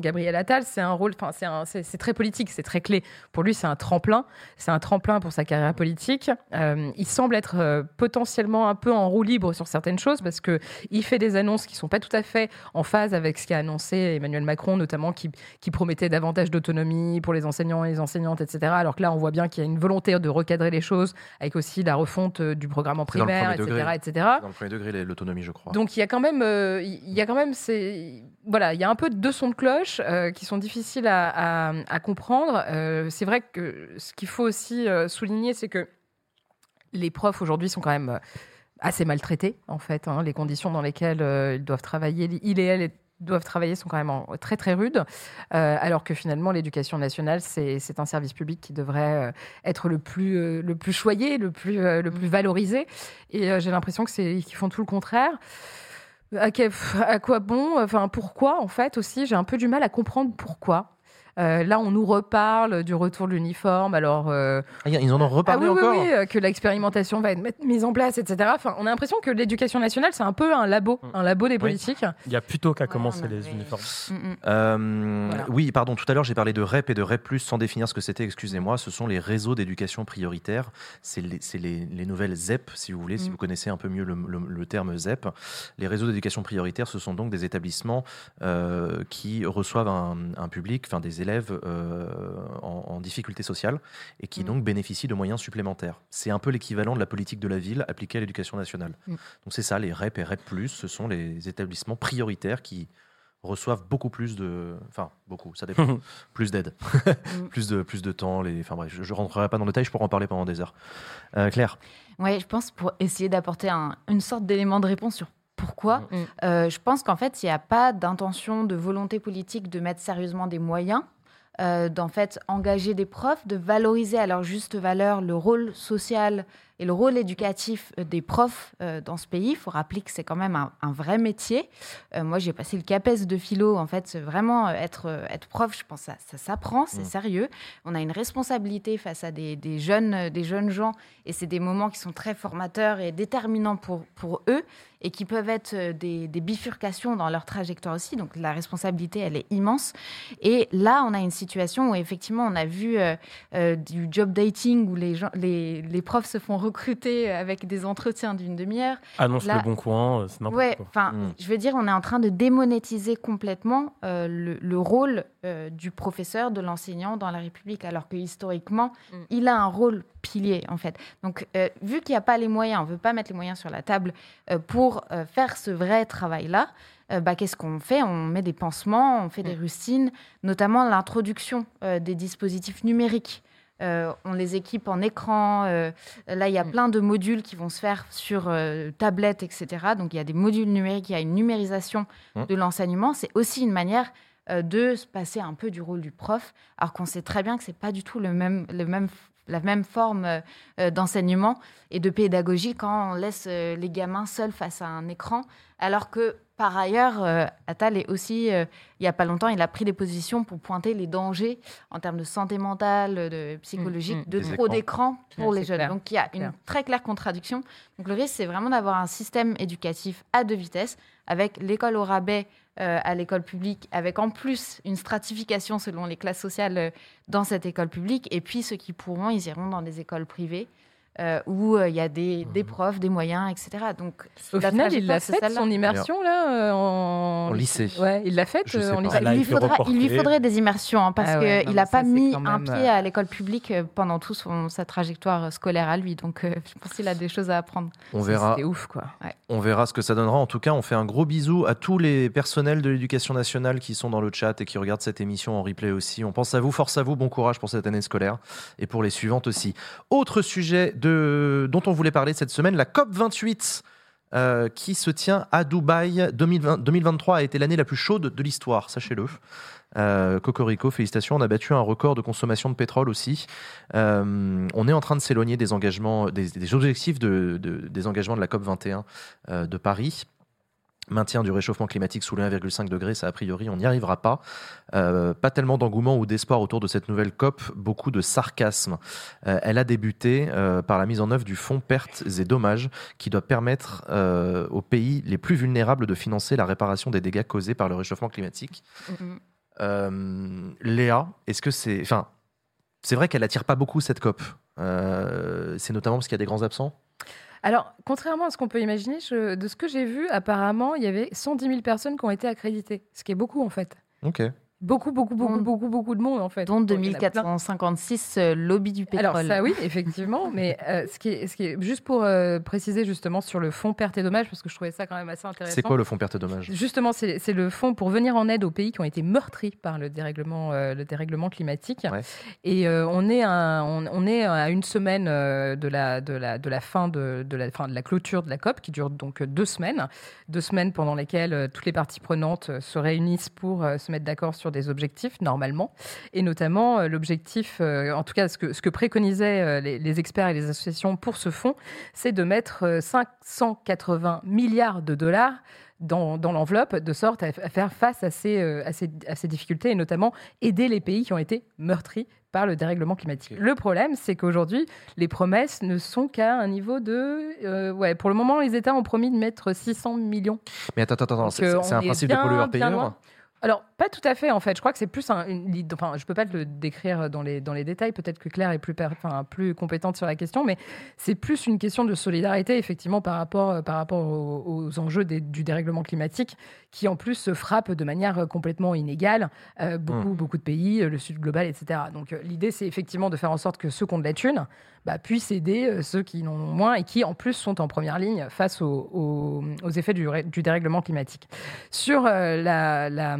Speaker 3: Gabriel Attal, c'est un rôle, enfin c'est, un, c'est, c'est très politique, c'est très clé. Pour lui, c'est un tremplin, c'est un tremplin pour sa carrière politique. Euh, il semble être euh, potentiellement un peu en roue libre sur certaines choses parce que il fait des annonces qui sont pas tout à fait en phase avec ce qu'a annoncé Emmanuel Macron, notamment qui, qui promettait davantage d'autonomie pour les enseignants et les enseignantes, et cetera. Alors que là, on voit bien qu'il y a une volonté de recadrer les choses avec aussi la refonte du programme en primaire, et cetera, et cetera.
Speaker 2: Dans le premier degré, l'autonomie, je crois.
Speaker 3: Donc il y a quand même, euh, il y a quand même ces, voilà, il y a un peu deux sons de cloche euh, qui sont difficiles à, à, à comprendre. Euh, c'est vrai que ce qu'il faut aussi euh, souligner, c'est que les profs aujourd'hui sont quand même assez maltraités, en fait. Hein, les conditions dans lesquelles euh, ils doivent travailler, il et elle doivent travailler sont quand même en, très très rudes, euh, alors que finalement l'éducation nationale c'est, c'est un service public qui devrait euh, être le plus euh, le plus choyé, le plus euh, le plus valorisé. Et euh, j'ai l'impression que c'est qu'ils font tout le contraire. À, que, à quoi bon ? Enfin, pourquoi, en fait, aussi, j'ai un peu du mal à comprendre pourquoi. Euh, là, on nous reparle du retour de l'uniforme. Alors, euh...
Speaker 2: ah, ils en ont reparlé
Speaker 3: ah, oui,
Speaker 2: encore.
Speaker 3: Oui, oui, que l'expérimentation va être mise en place, et cetera. Enfin, on a l'impression que l'éducation nationale, c'est un peu un labo, mmh. un labo des politiques.
Speaker 5: Oui. Il y a plutôt qu'à commencer ouais, les uniformes.
Speaker 2: Mmh. Euh, voilà. Oui, pardon. Tout à l'heure, j'ai parlé de R E P et de R E P plus, sans définir ce que c'était. Excusez-moi. Ce sont les réseaux d'éducation prioritaire. C'est les, c'est les, les nouvelles Z E P, si vous voulez, mmh. si vous connaissez un peu mieux le, le, le terme Z E P. Les réseaux d'éducation prioritaire, ce sont donc des établissements euh, qui reçoivent un, un public, enfin des élèves. Euh, En, en difficulté sociale et qui mmh. donc bénéficient de moyens supplémentaires. C'est un peu l'équivalent de la politique de la ville appliquée à l'éducation nationale. Mmh. Donc c'est ça, les R E P et R E P plus, ce sont les établissements prioritaires qui reçoivent beaucoup plus de... Enfin, beaucoup, ça dépend. plus d'aide, mmh. plus, de, plus de temps. Les... Enfin bref, je ne rentrerai pas dans le détail, je pourrais en parler pendant des heures. Euh, Claire ?
Speaker 4: Oui, je pense pour essayer d'apporter un, une sorte d'élément de réponse sur pourquoi, mmh. euh, je pense qu'en fait, il n'y a pas d'intention, de volonté politique de mettre sérieusement des moyens. Euh, d'en fait engager des profs, de valoriser à leur juste valeur le rôle social et le rôle éducatif des profs euh, dans ce pays. Il faut rappeler que c'est quand même un, un vrai métier. Euh, moi, j'ai passé le CAPES de philo. En fait, vraiment, être, être prof, je pense que ça, ça s'apprend, c'est mmh. sérieux. On a une responsabilité face à des, des, jeunes, des jeunes gens et c'est des moments qui sont très formateurs et déterminants pour, pour eux et qui peuvent être des, des bifurcations dans leur trajectoire aussi. Donc, la responsabilité, elle est immense. Et là, on a une situation où, effectivement, on a vu euh, euh, du job dating où les, gens, les, les profs se font recruter avec des entretiens d'une demi-heure.
Speaker 5: Annonce
Speaker 4: là,
Speaker 5: le bon coin, c'est n'importe
Speaker 4: ouais,
Speaker 5: quoi.
Speaker 4: Mmh. Je veux dire, on est en train de démonétiser complètement euh, le, le rôle euh, du professeur, de l'enseignant dans la République, alors que historiquement, mmh. il a un rôle pilier, en fait. Donc, euh, vu qu'il n'y a pas les moyens, on ne veut pas mettre les moyens sur la table euh, pour euh, faire ce vrai travail-là, euh, bah, qu'est-ce qu'on fait ? On met des pansements, on fait mmh. des rustines, notamment l'introduction euh, des dispositifs numériques. Euh, on les équipe en écran. Euh, là, il y a plein de modules qui vont se faire sur euh, tablette, et cetera. Donc, il y a des modules numériques, il y a une numérisation mmh. de l'enseignement. C'est aussi une manière euh, de se passer un peu du rôle du prof, alors qu'on sait très bien que ce n'est pas du tout le même, le même, la même forme euh, d'enseignement et de pédagogie quand on laisse euh, les gamins seuls face à un écran, alors que par ailleurs, euh, Attal est aussi, euh, il n'y a pas longtemps, il a pris des positions pour pointer les dangers en termes de santé mentale, de psychologique, mmh, mmh. de
Speaker 2: des
Speaker 4: trop
Speaker 2: écrans.
Speaker 4: d'écran pour
Speaker 3: ouais,
Speaker 4: les jeunes.
Speaker 3: Clair.
Speaker 4: Donc il y a une
Speaker 3: clair.
Speaker 4: très claire contradiction. Donc le risque, c'est vraiment d'avoir un système éducatif à deux vitesses, avec l'école au rabais euh, à l'école publique, avec en plus une stratification selon les classes sociales euh, dans cette école publique, et puis ceux qui pourront, ils iront dans des écoles privées. Euh, où il euh, y a des, des profs, des moyens, et cetera. Donc,
Speaker 3: au final, il l'a fait son immersion là euh, en...
Speaker 2: en lycée.
Speaker 3: Ouais, il l'a fait euh, en lycée.
Speaker 4: Il lui, faudra, il lui faudrait des immersions hein, parce ah ouais, qu'il n'a pas mis un pied euh... à l'école publique pendant toute sa trajectoire scolaire à lui. Donc, euh, je pense qu'il a des choses à apprendre.
Speaker 2: On verra.
Speaker 3: C'était ouf, quoi.
Speaker 2: Ouais. On verra ce que ça donnera. En tout cas, on fait un gros bisou à tous les personnels de l'éducation nationale qui sont dans le chat et qui regardent cette émission en replay aussi. On pense à vous, force à vous, bon courage pour cette année scolaire et pour les suivantes aussi. Autre sujet de, dont on voulait parler cette semaine, la COP vingt-huit euh, qui se tient à Dubaï. deux mille vingt, deux mille vingt-trois a été l'année la plus chaude de l'histoire, sachez-le. Euh, Cocorico, félicitations, on a battu un record de consommation de pétrole aussi. Euh, on est en train de s'éloigner des engagements, des, des objectifs de, de, des engagements de la COP vingt et un euh, de Paris. Maintien du réchauffement climatique sous les un virgule cinq degrés, ça a priori on n'y arrivera pas. Euh, pas tellement d'engouement ou d'espoir autour de cette nouvelle COP, beaucoup de sarcasme. Euh, elle a débuté euh, par la mise en œuvre du fonds pertes et dommages qui doit permettre euh, aux pays les plus vulnérables de financer la réparation des dégâts causés par le réchauffement climatique. Mm-hmm. Euh, Léa, est-ce que c'est... Enfin, c'est vrai qu'elle n'attire pas beaucoup cette COP. Euh, c'est notamment parce qu'il y a des grands absents.
Speaker 3: Alors, contrairement à ce qu'on peut imaginer, je, de ce que j'ai vu, apparemment, il y avait cent dix mille personnes qui ont été accréditées, ce qui est beaucoup en fait.
Speaker 2: Ok.
Speaker 3: Beaucoup, beaucoup, beaucoup,
Speaker 4: Dont-
Speaker 3: beaucoup, beaucoup de monde en fait.
Speaker 4: Dont
Speaker 3: Donc, il y en a plein.
Speaker 4: deux mille quatre cent cinquante-six euh, lobby du pétrole.
Speaker 3: Alors ça oui, effectivement, mais euh, ce, qui est, ce qui est juste pour euh, préciser justement sur le fonds pertes et dommages, parce que je trouvais ça quand même assez intéressant.
Speaker 2: C'est quoi le fonds perte et dommages ?
Speaker 3: Justement, c'est, c'est le fonds pour venir en aide aux pays qui ont été meurtris par le dérèglement, euh, le dérèglement climatique.
Speaker 2: Ouais.
Speaker 3: Et euh, on, est à, on, on est à une semaine euh, de, la, de, la, de la fin de, de, la, fin de la clôture de la COP, qui dure donc deux semaines. Deux semaines pendant lesquelles euh, toutes les parties prenantes euh, se réunissent pour euh, se mettre d'accord sur des objectifs, normalement. Et notamment, euh, l'objectif, euh, en tout cas, ce que, ce que préconisaient euh, les, les experts et les associations pour ce fonds, c'est de mettre euh, cinq cent quatre-vingts milliards de dollars dans, dans l'enveloppe, de sorte à, à faire face à ces, euh, à, ces, à ces difficultés et notamment aider les pays qui ont été meurtris par le dérèglement climatique.
Speaker 2: Okay.
Speaker 3: Le problème, c'est qu'aujourd'hui, les promesses ne sont qu'à un niveau de... Euh, ouais, pour le moment, les États ont promis de mettre six cents millions.
Speaker 2: Mais attends, attends, attends,
Speaker 3: Donc,
Speaker 2: c'est,
Speaker 3: euh,
Speaker 2: c'est un
Speaker 3: on est
Speaker 2: principe
Speaker 3: bien,
Speaker 2: de
Speaker 3: bien loin.
Speaker 2: pollueur-payeur ?
Speaker 3: Alors, pas tout à fait, en fait. Je crois que c'est plus un... Une, enfin, je ne peux pas te le décrire dans les, dans les détails. Peut-être que Claire est plus, per, enfin, plus compétente sur la question, mais c'est plus une question de solidarité, effectivement, par rapport, par rapport aux, aux enjeux des, du dérèglement climatique, qui, en plus, se frappent de manière complètement inégale. Euh, beaucoup, mmh. beaucoup de pays, le Sud global, et cetera. Donc, euh, l'idée, c'est effectivement de faire en sorte que ceux qui ont de la thune bah, puissent aider euh, ceux qui n'en ont moins et qui, en plus, sont en première ligne face aux, aux, aux effets du, du dérèglement climatique. Sur euh, la... la,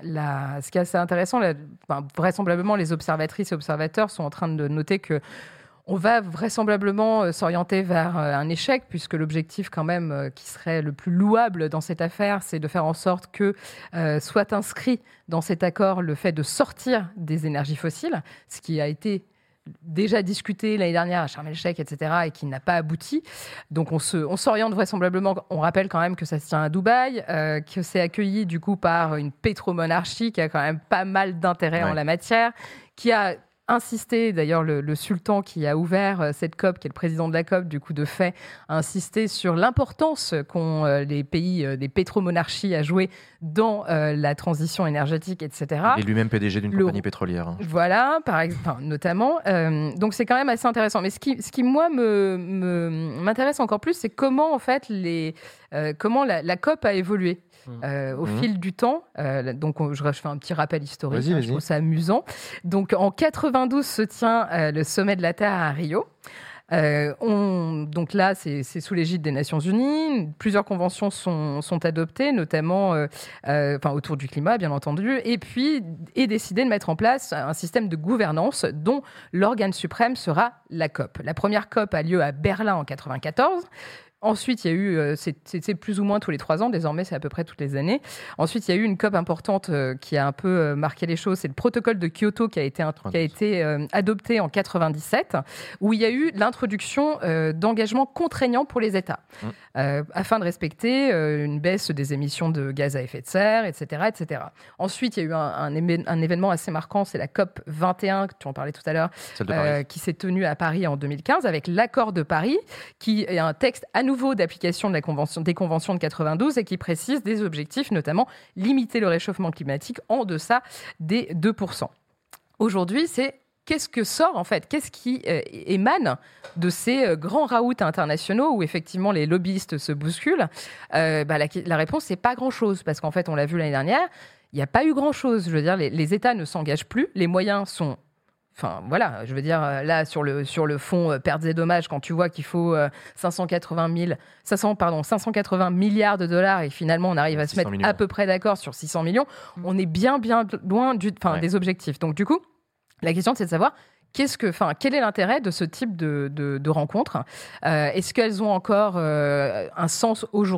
Speaker 3: la ce qui est assez intéressant, la, enfin, vraisemblablement, les observatrices et observateurs sont en train de noter que on va vraisemblablement euh, s'orienter vers euh, un échec, puisque l'objectif quand même euh, qui serait le plus louable dans cette affaire, c'est de faire en sorte que euh, soit inscrit dans cet accord le fait de sortir des énergies fossiles, ce qui a été déjà discuté l'année dernière à Sharm el-Sheikh, et cetera, et qui n'a pas abouti. Donc on, se, on s'oriente vraisemblablement, on rappelle quand même que ça se tient à Dubaï, euh, que c'est accueilli du coup par une pétromonarchie qui a quand même pas mal d'intérêt ouais. en la matière, qui a insisté, d'ailleurs le, le sultan qui a ouvert euh, cette COP, qui est le président de la COP, du coup de fait, a insisté sur l'importance qu'ont euh, les pays, euh, des pétromonarchies à jouer dans euh, la transition énergétique, et cetera.
Speaker 2: Il est lui-même P D G d'une
Speaker 3: le...
Speaker 2: compagnie pétrolière. Hein.
Speaker 3: Voilà, par exemple, enfin, notamment. Euh, donc c'est quand même assez intéressant. Mais ce qui, ce qui moi, me, me, m'intéresse encore plus, c'est comment, en fait, les, euh, comment la, la COP a évolué. Euh, au mmh. fil du temps, euh, donc on, je, je fais un petit rappel historique,
Speaker 2: vas-y,
Speaker 3: hein,
Speaker 2: vas-y.
Speaker 3: je trouve ça amusant. Donc en quatre-vingt-douze se tient euh, le sommet de la Terre à Rio. Euh, on, donc là, c'est, c'est sous l'égide des Nations Unies. Plusieurs conventions sont, sont adoptées, notamment euh, euh, enfin, autour du climat, bien entendu. Et puis est décidé de mettre en place un système de gouvernance dont l'organe suprême sera la COP. La première COP a lieu à Berlin en quatre-vingt-quatorze. Ensuite, il y a eu, euh, c'est, c'est, c'est plus ou moins tous les trois ans, désormais c'est à peu près toutes les années. Ensuite, il y a eu une COP importante euh, qui a un peu euh, marqué les choses, c'est le protocole de Kyoto qui a été, un, qui a été euh, adopté en quatre-vingt-dix-sept, où il y a eu l'introduction euh, d'engagements contraignants pour les États, mmh. euh, afin de respecter euh, une baisse des émissions de gaz à effet de serre, et cetera, et cetera. Ensuite, il y a eu un, un, éme- un événement assez marquant, c'est la COP vingt et un, que tu en parlais tout à l'heure, euh, qui s'est tenue à Paris en deux mille quinze, avec l'accord de Paris, qui est un texte à nouveau d'application de la convention, des conventions de quatre-vingt-douze et qui précise des objectifs, notamment limiter le réchauffement climatique en deçà des deux pour cent. Aujourd'hui, c'est qu'est-ce que sort en fait ? Qu'est-ce qui euh, émane de ces euh, grands raouts internationaux où effectivement les lobbyistes se bousculent ? euh, bah, la, la réponse, c'est pas grand-chose, parce qu'en fait, on l'a vu l'année dernière, il n'y a pas eu grand-chose. Je veux dire, les, les États ne s'engagent plus, les moyens sont... Enfin, voilà, je veux dire, là, sur le, sur le fonds euh, pertes et dommages, quand tu vois qu'il faut euh, cinq cent quatre-vingt mille, cinq cents, pardon, cinq cent quatre-vingts milliards de dollars et finalement on arrive à se mettre millions. à peu près d'accord sur six cents millions, on est bien, bien loin du, ouais. des objectifs. Donc, du coup, la question, c'est de savoir... Qu'est-ce que, enfin, quel est l'intérêt de ce type de, de, de rencontres ? euh, Est-ce qu'elles ont encore euh, un sens aujourd'hui ?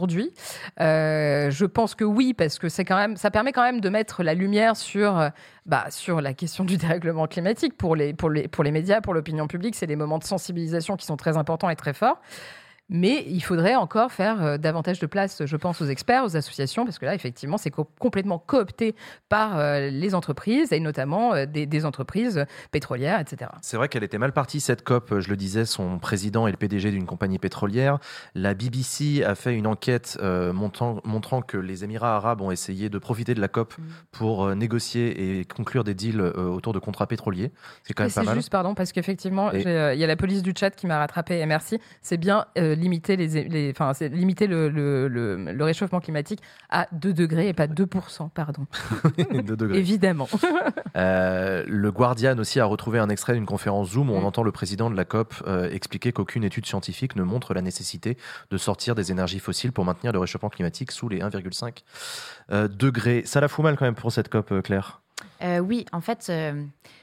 Speaker 3: euh, Je pense que oui, parce que c'est quand même, ça permet quand même de mettre la lumière sur, bah, sur la question du dérèglement climatique pour les, pour les, pour les médias, pour l'opinion publique. C'est des moments de sensibilisation qui sont très importants et très forts. Mais il faudrait encore faire euh, davantage de place, je pense, aux experts, aux associations, parce que là, effectivement, c'est co- complètement coopté par euh, les entreprises, et notamment euh, des, des entreprises pétrolières, et cetera.
Speaker 2: C'est vrai qu'elle était mal partie, cette COP. Je le disais, son président est le P D G d'une compagnie pétrolière. La B B C a fait une enquête euh, montant, montrant que les Émirats arabes ont essayé de profiter de la COP mmh. pour euh, négocier et conclure des deals euh, autour de contrats pétroliers. C'est quand même
Speaker 3: et
Speaker 2: pas
Speaker 3: c'est
Speaker 2: mal.
Speaker 3: C'est juste, pardon, parce qu'effectivement, il
Speaker 2: et...
Speaker 3: euh, y a la police du chat qui m'a rattrapé, et merci. C'est bien euh, limiter, les, les, enfin, c'est limiter le, le, le, le réchauffement climatique à deux degrés et pas deux pour cent, pardon.
Speaker 2: deux degrés.
Speaker 3: Évidemment.
Speaker 2: euh, le Guardian aussi a retrouvé un extrait d'une conférence Zoom où on mmh. entend le président de la COP euh, expliquer qu'aucune étude scientifique ne montre la nécessité de sortir des énergies fossiles pour maintenir le réchauffement climatique sous les un virgule cinq euh, degrés. Ça la fout mal quand même pour cette COP, Claire.
Speaker 4: Euh, oui, en fait, euh,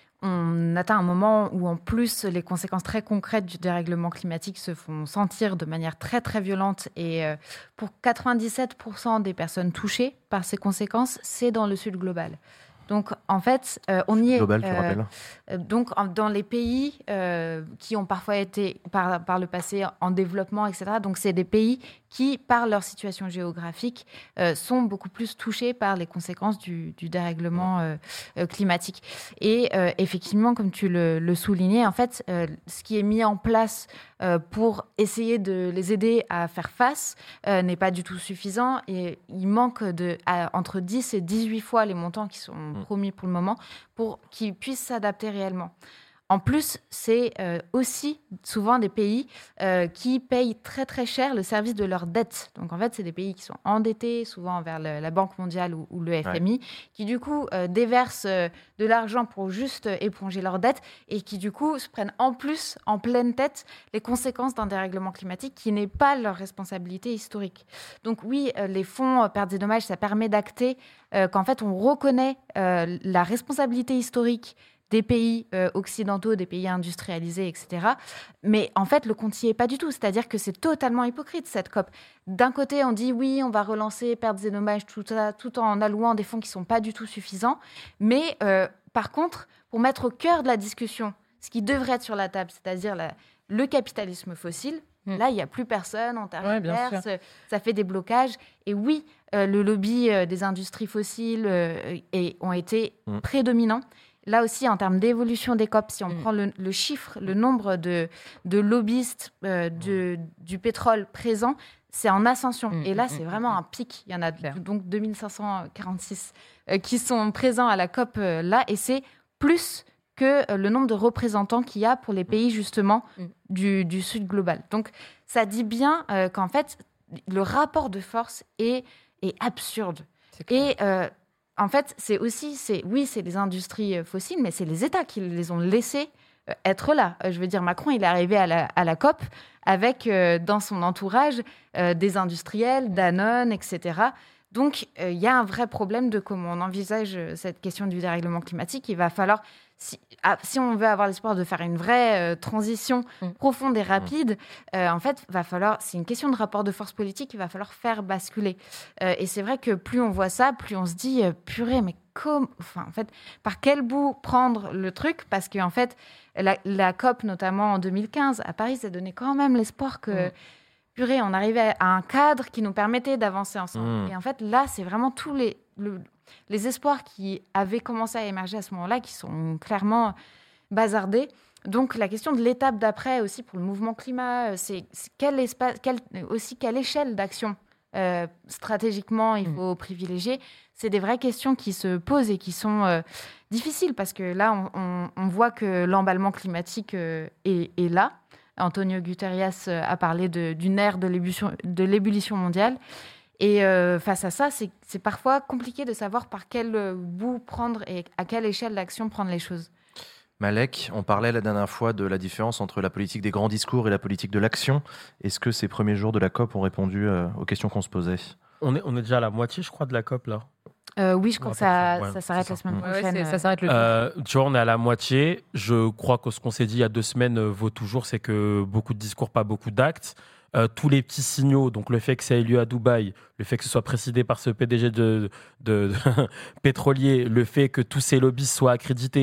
Speaker 4: on atteint un moment où en plus les conséquences très concrètes du dérèglement climatique se font sentir de manière très très violente et euh, pour quatre-vingt-dix-sept pour cent des personnes touchées par ces conséquences, c'est dans le sud global. Donc, en fait, euh, on y est.
Speaker 2: Global, tu euh, rappelles.
Speaker 4: Donc, en, dans les pays euh, qui ont parfois été, par, par le passé, en développement, et cetera. Donc, c'est des pays qui, par leur situation géographique, euh, sont beaucoup plus touchés par les conséquences du, du dérèglement euh, euh, climatique. Et euh, effectivement, comme tu le, le soulignais, en fait, euh, ce qui est mis en place euh, pour essayer de les aider à faire face euh, n'est pas du tout suffisant. Et il manque de, à, entre dix et dix-huit fois les montants qui sont promis pour le moment, pour qu'ils puissent s'adapter réellement. En plus, c'est euh, aussi souvent des pays euh, qui payent très très cher le service de leurs dettes. Donc en fait, c'est des pays qui sont endettés, souvent envers le, la Banque mondiale ou, ou le F M I, ouais. qui du coup euh, déversent euh, de l'argent pour juste euh, éponger leurs dettes et qui du coup se prennent en plus en pleine tête les conséquences d'un dérèglement climatique qui n'est pas leur responsabilité historique. Donc oui, euh, les fonds euh, pertes et dommages, ça permet d'acter euh, qu'en fait on reconnaît euh, la responsabilité historique des pays euh, occidentaux, des pays industrialisés, et cetera. Mais en fait, le compte n'y est pas du tout. C'est-à-dire que c'est totalement hypocrite, cette COP. D'un côté, on dit oui, on va relancer pertes et dommages, tout, ça, tout en allouant des fonds qui ne sont pas du tout suffisants. Mais euh, par contre, pour mettre au cœur de la discussion ce qui devrait être sur la table, c'est-à-dire la, le capitalisme fossile, mmh. là, il n'y a plus personne, on tergiverse, ouais, ça fait des blocages. Et oui, euh, le lobby euh, des industries fossiles euh, et, ont été mmh. prédominants. Là aussi, en termes d'évolution des COP, si on mmh. prend le, le chiffre, le nombre de, de lobbyistes euh, de, du pétrole présents, c'est en ascension. Mmh. Et là, c'est vraiment un pic. Il y en a Claire. donc deux mille cinq cent quarante-six euh, qui sont présents à la COP euh, là. Et c'est plus que euh, le nombre de représentants qu'il y a pour les pays, justement, mmh. du, du sud global. Donc, ça dit bien euh, qu'en fait, le rapport de force est, est absurde. C'est et... Euh, En fait, c'est aussi, c'est, oui, c'est les industries fossiles, mais c'est les États qui les ont laissés euh, être là. Euh, je veux dire, Macron, il est arrivé à la, à la COP avec, euh, dans son entourage, euh, des industriels, Danone, et cetera. Donc, il euh, y a un vrai problème de comment on envisage cette question du dérèglement climatique. Il va falloir, si, ah, si on veut avoir l'espoir de faire une vraie euh, transition mmh. profonde et rapide, euh, en fait, va falloir, c'est une question de rapport de force politique, il va falloir faire basculer. Euh, et c'est vrai que plus on voit ça, plus on se dit, euh, purée, mais comme, enfin, en fait, par quel bout prendre le truc ? Parce qu'en fait, la, la COP, notamment en deux mille quinze, à Paris, ça donnait quand même l'espoir que... Mmh. Purée, on arrivait à un cadre qui nous permettait d'avancer ensemble. Mmh. Et en fait, là, c'est vraiment tous les, le, les espoirs qui avaient commencé à émerger à ce moment-là qui sont clairement bazardés. Donc, la question de l'étape d'après aussi pour le mouvement climat, c'est, c'est quel espace, quel, aussi quelle échelle d'action euh, stratégiquement il faut mmh. privilégier. C'est des vraies questions qui se posent et qui sont euh, difficiles parce que là, on, on, on voit que l'emballement climatique euh, est, est là. Antonio Guterres a parlé de, d'une ère de l'ébullition, de l'ébullition mondiale. Et euh, face à ça, c'est, c'est parfois compliqué de savoir par quel bout prendre et à quelle échelle d'action prendre les choses.
Speaker 2: Malek, on parlait la dernière fois de la différence entre la politique des grands discours et la politique de l'action. Est-ce que ces premiers jours de la COP ont répondu euh, aux questions qu'on se posait ?
Speaker 5: on est, on est déjà à la moitié, je crois, de la COP, là.
Speaker 4: Euh, oui, je crois que ça,
Speaker 5: ouais,
Speaker 4: ça s'arrête la semaine
Speaker 3: ouais,
Speaker 4: prochaine.
Speaker 3: Ouais, ça s'arrête le
Speaker 5: euh, tu vois, on est à la moitié. Je crois que ce qu'on s'est dit il y a deux semaines euh, vaut toujours, c'est que beaucoup de discours, pas beaucoup d'actes. Euh, tous les petits signaux, donc le fait que ça ait lieu à Dubaï, le fait que ce soit présidé par ce P D G de, de, de pétrolier, le fait que tous ces lobbies soient accrédités,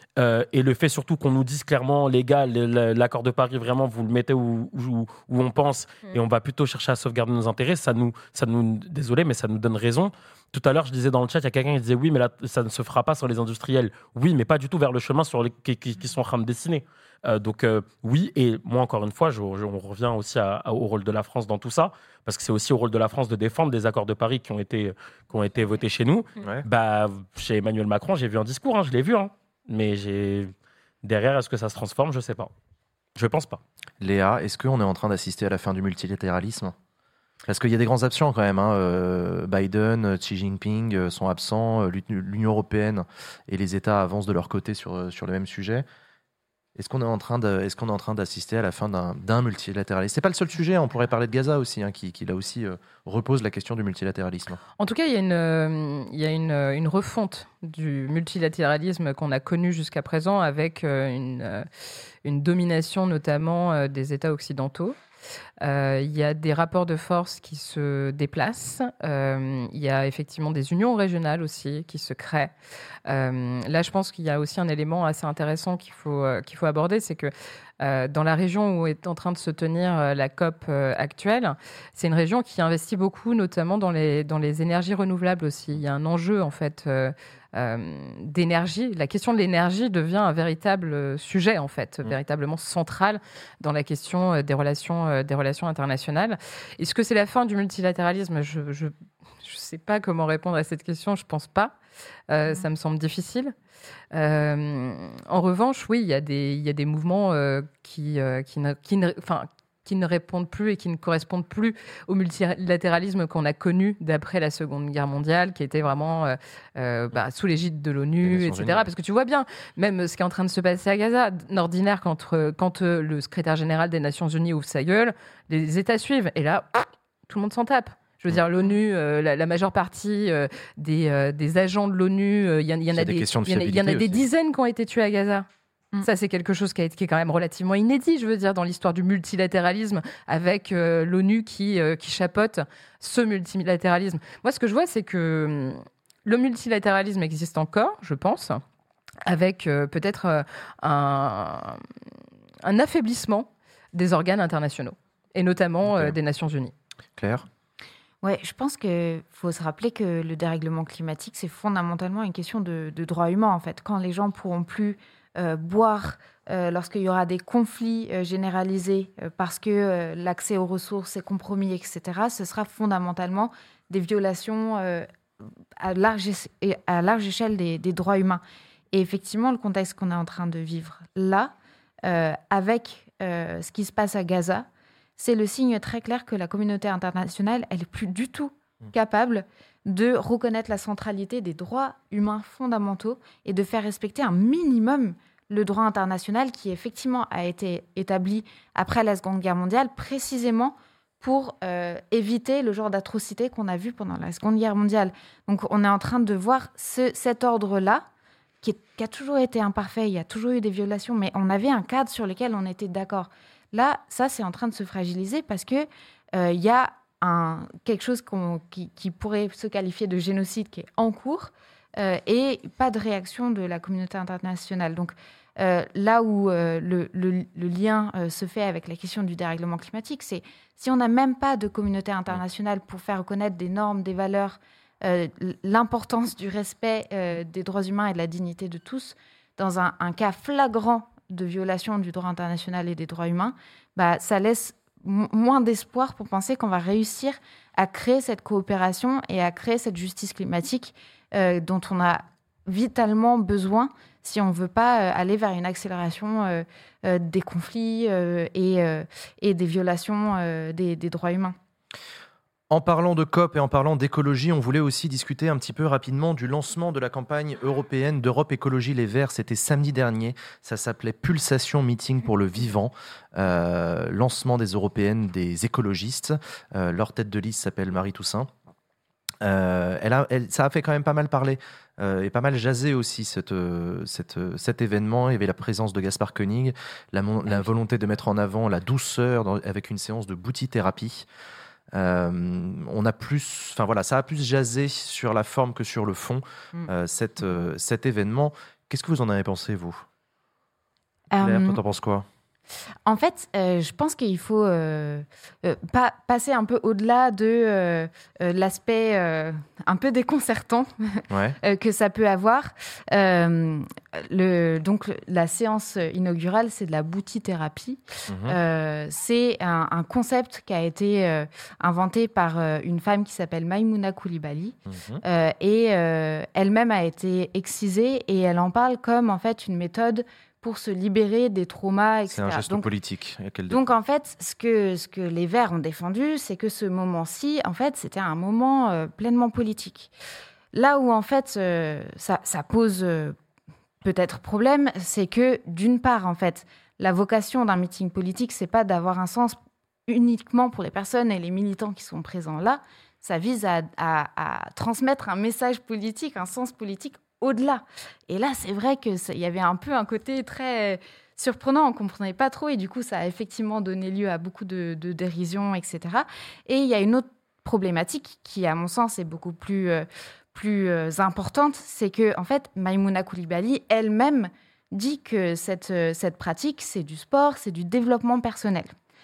Speaker 5: Euh, et le fait surtout qu'on nous dise clairement, les gars, l'accord de Paris, vraiment, vous le mettez où, où, où on pense mmh. et on va plutôt chercher à sauvegarder nos intérêts, ça nous, ça nous, désolé, mais ça nous donne raison. Tout à l'heure, je disais dans le chat, il y a quelqu'un qui disait oui, mais là, ça ne se fera pas sans les industriels. Oui, mais pas du tout vers le chemin sur les, qui, qui, qui sont en train de dessiner. Euh, donc euh, oui, et moi, encore une fois, je, je, on revient aussi à, à, au rôle de la France dans tout ça, parce que c'est aussi au rôle de la France de défendre des accords de Paris qui ont été, qui ont été votés chez nous. Ouais. Bah, chez Emmanuel Macron, j'ai vu un discours, hein, je l'ai vu, hein. Mais j'ai... derrière, est-ce que ça se transforme ? Je ne sais pas. Je ne pense pas.
Speaker 2: Léa, est-ce qu'on est en train d'assister à la fin du multilatéralisme ? Parce qu'il y a des grands absents quand même. Hein. Euh, Biden, Xi Jinping sont absents. L'Union européenne et les États avancent de leur côté sur, sur le même sujet. Est-ce qu'on est en train de, est-ce qu'on est en train d'assister à la fin d'un, d'un multilatéralisme ? C'est pas le seul sujet. On pourrait parler de Gaza aussi, hein, qui, qui là aussi euh, repose la question du multilatéralisme.
Speaker 3: En tout cas, il y a une, euh, il y a une, une refonte du multilatéralisme qu'on a connu jusqu'à présent, avec euh, une, euh, une domination notamment euh, des États occidentaux. Euh, il y a des rapports de force qui se déplacent. Euh, il y a effectivement des unions régionales aussi qui se créent. Euh, là, je pense qu'il y a aussi un élément assez intéressant qu'il faut, euh, qu'il faut aborder, c'est que euh, dans la région où est en train de se tenir euh, la COP euh, actuelle, c'est une région qui investit beaucoup, notamment dans les, dans les énergies renouvelables aussi. Il y a un enjeu, en fait, euh, euh, d'énergie. La question de l'énergie devient un véritable sujet, en fait, mmh. véritablement central dans la question des relations, euh, des relations internationales. Est-ce que c'est la fin du multilatéralisme ? Je ne je, je sais pas comment répondre à cette question, je ne pense pas. Euh, mmh. Ça me semble difficile. Euh, en revanche, oui, il y a des, il y a des mouvements euh, qui, euh, qui, ne, qui, ne, enfin, qui ne répondent plus et qui ne correspondent plus au multilatéralisme qu'on a connu d'après la Seconde Guerre mondiale, qui était vraiment euh, euh, bah, sous l'égide de l'ONU, et cetera. Géniales. Parce que tu vois bien, même ce qui est en train de se passer à Gaza, d'ordinaire, quand, quand euh, le secrétaire général des Nations Unies ouvre sa gueule, les États suivent. Et là, tout le monde s'en tape. Je veux dire, l'ONU, euh, la, la majeure partie euh, des, euh, des agents de l'ONU, il euh, y, y, y en a des, y y en a des dizaines qui ont été tués à Gaza. Mm. Ça, c'est quelque chose qui, a, qui est quand même relativement inédit, je veux dire, dans l'histoire du multilatéralisme, avec euh, l'ONU qui, euh, qui chapeaute ce multilatéralisme. Moi, ce que je vois, c'est que le multilatéralisme existe encore, je pense, avec euh, peut-être euh, un, un affaiblissement des organes internationaux, et notamment okay. euh, des Nations Unies.
Speaker 2: Claire ?
Speaker 4: Ouais, je pense qu'il faut se rappeler que le dérèglement climatique, c'est fondamentalement une question de, de droits humains, en fait. Quand les gens ne pourront plus euh, boire, euh, lorsqu'il y aura des conflits euh, généralisés euh, parce que euh, l'accès aux ressources est compromis, et cetera, ce sera fondamentalement des violations euh, à, large, à large échelle des, des droits humains. Et effectivement, le contexte qu'on est en train de vivre là, euh, avec euh, ce qui se passe à Gaza, c'est le signe très clair que la communauté internationale, elle n'est plus du tout capable de reconnaître la centralité des droits humains fondamentaux et de faire respecter un minimum le droit international qui, effectivement, a été établi après la Seconde Guerre mondiale, précisément pour euh, éviter le genre d'atrocités qu'on a vues pendant la Seconde Guerre mondiale. Donc, on est en train de voir ce, cet ordre-là, qui, est, qui a toujours été imparfait, il y a toujours eu des violations, mais on avait un cadre sur lequel on était d'accord. Là, ça, c'est en train de se fragiliser parce qu'il euh, y a un, quelque chose qu'on, qui, qui pourrait se qualifier de génocide qui est en cours euh, et pas de réaction de la communauté internationale. Donc, euh, là où euh, le, le, le lien euh, se fait avec la question du dérèglement climatique, c'est si on n'a même pas de communauté internationale pour faire reconnaître des normes, des valeurs, euh, l'importance du respect euh, des droits humains et de la dignité de tous, dans un, un cas flagrant de violation du droit international et des droits humains, bah, ça laisse m- moins d'espoir pour penser qu'on va réussir à créer cette coopération et à créer cette justice climatique euh, dont on a vitalement besoin si on ne veut pas euh, aller vers une accélération euh, euh, des conflits euh, et, euh, et des violations euh, des, des droits humains.
Speaker 2: En parlant de COP et en parlant d'écologie, on voulait aussi discuter un petit peu rapidement du lancement de la campagne européenne d'Europe Écologie Les Verts. C'était samedi dernier. Ça s'appelait Pulsation Meeting pour le Vivant. Euh, lancement des européennes des écologistes. Euh, leur tête de liste s'appelle Marie Toussaint. Euh, elle a, elle, ça a fait quand même pas mal parler euh, et pas mal jaser aussi cette, cette, cet événement. Il y avait la présence de Gaspard Koenig, la, la volonté de mettre en avant la douceur dans, avec une séance de bouti-thérapie. Euh, on a plus, enfin voilà, ça a plus jasé sur la forme que sur le fond, mm. euh, cette, euh, cet événement. Qu'est-ce que vous en avez pensé, vous ? Léa, toi, t'en penses quoi ?
Speaker 4: En fait, euh, je pense qu'il faut euh, euh, pas, passer un peu au-delà de euh, euh, l'aspect euh, un peu déconcertant
Speaker 2: ouais.
Speaker 4: euh, que ça peut avoir. Euh, le, donc, la séance inaugurale, c'est de la boutithérapie. Mmh. Euh, c'est un, un concept qui a été euh, inventé par euh, une femme qui s'appelle Maïmouna Koulibaly. Mmh. Euh, et euh, elle-même a été excisée et elle en parle comme en fait une méthode pour se libérer des traumas, et cetera.
Speaker 2: C'est un geste
Speaker 4: donc,
Speaker 2: politique.
Speaker 4: Donc, en fait, ce que, ce que les Verts ont défendu, c'est que ce moment-ci, en fait, c'était un moment euh, pleinement politique. Là où, en fait, euh, ça, ça pose euh, peut-être problème, c'est que, d'une part, en fait, la vocation d'un meeting politique, c'est pas d'avoir un sens uniquement pour les personnes et les militants qui sont présents là. Ça vise à, à, à transmettre un message politique, un sens politique au-delà. Et là, c'est vrai qu'il y avait un peu un côté très surprenant, on ne comprenait pas trop, et du coup, ça a effectivement donné lieu à beaucoup de, de dérision, et cetera. Et il y a une autre problématique qui, à mon sens, est beaucoup plus, euh, plus euh, importante, c'est que, en fait, Maïmouna Koulibaly elle-même dit que cette, cette pratique, c'est du sport, c'est du développement personnel.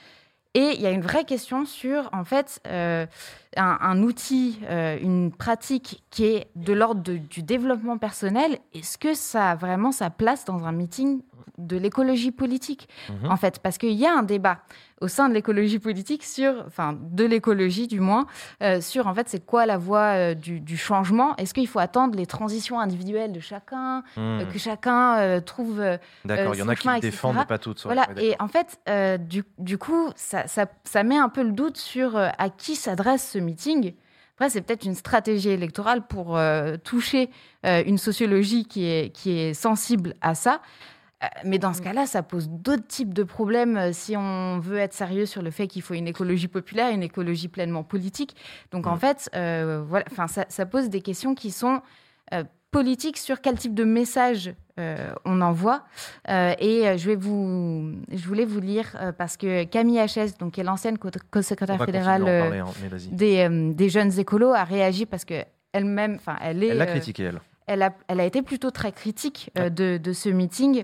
Speaker 4: Et il y a une vraie question sur, en fait, euh, un, un outil, euh, une pratique qui est de l'ordre de, du développement personnel. Est-ce que ça a vraiment sa place dans un meeting de l'écologie politique, mmh. en fait ? Parce qu'il y a un débat au sein de l'écologie politique sur, enfin, de l'écologie du moins, euh, sur, en fait, c'est quoi la voie euh, du, du changement ? Est-ce qu'il faut attendre les transitions individuelles de chacun, mmh. euh, que chacun euh, trouve euh,
Speaker 2: D'accord, il y en a qui le défendent, mais pas toutes. Ouais.
Speaker 4: Voilà,
Speaker 2: ouais,
Speaker 4: et en fait, euh, du, du coup, ça, ça, ça met un peu le doute sur euh, à qui s'adresse ce meeting. Après, c'est peut-être une stratégie électorale pour euh, toucher euh, une sociologie qui est, qui est sensible à ça. Euh, mais dans ce cas-là, ça pose d'autres types de problèmes euh, si on veut être sérieux sur le fait qu'il faut une écologie populaire, une écologie pleinement politique. Donc, mmh. en fait, euh, voilà, ça, ça pose des questions qui sont euh, politiques sur quel type de message euh, on envoie. Euh, et euh, je, vais vous, je voulais vous lire, euh, parce que Camille Hachès, donc, qui est l'ancienne co-secrétaire fédérale euh, hein, des, euh, des jeunes écolos, a réagi parce qu'elle-même, enfin, elle est...
Speaker 2: Elle l'a critiqué, elle.
Speaker 4: Elle a, elle a été plutôt très critique euh, de, de ce meeting.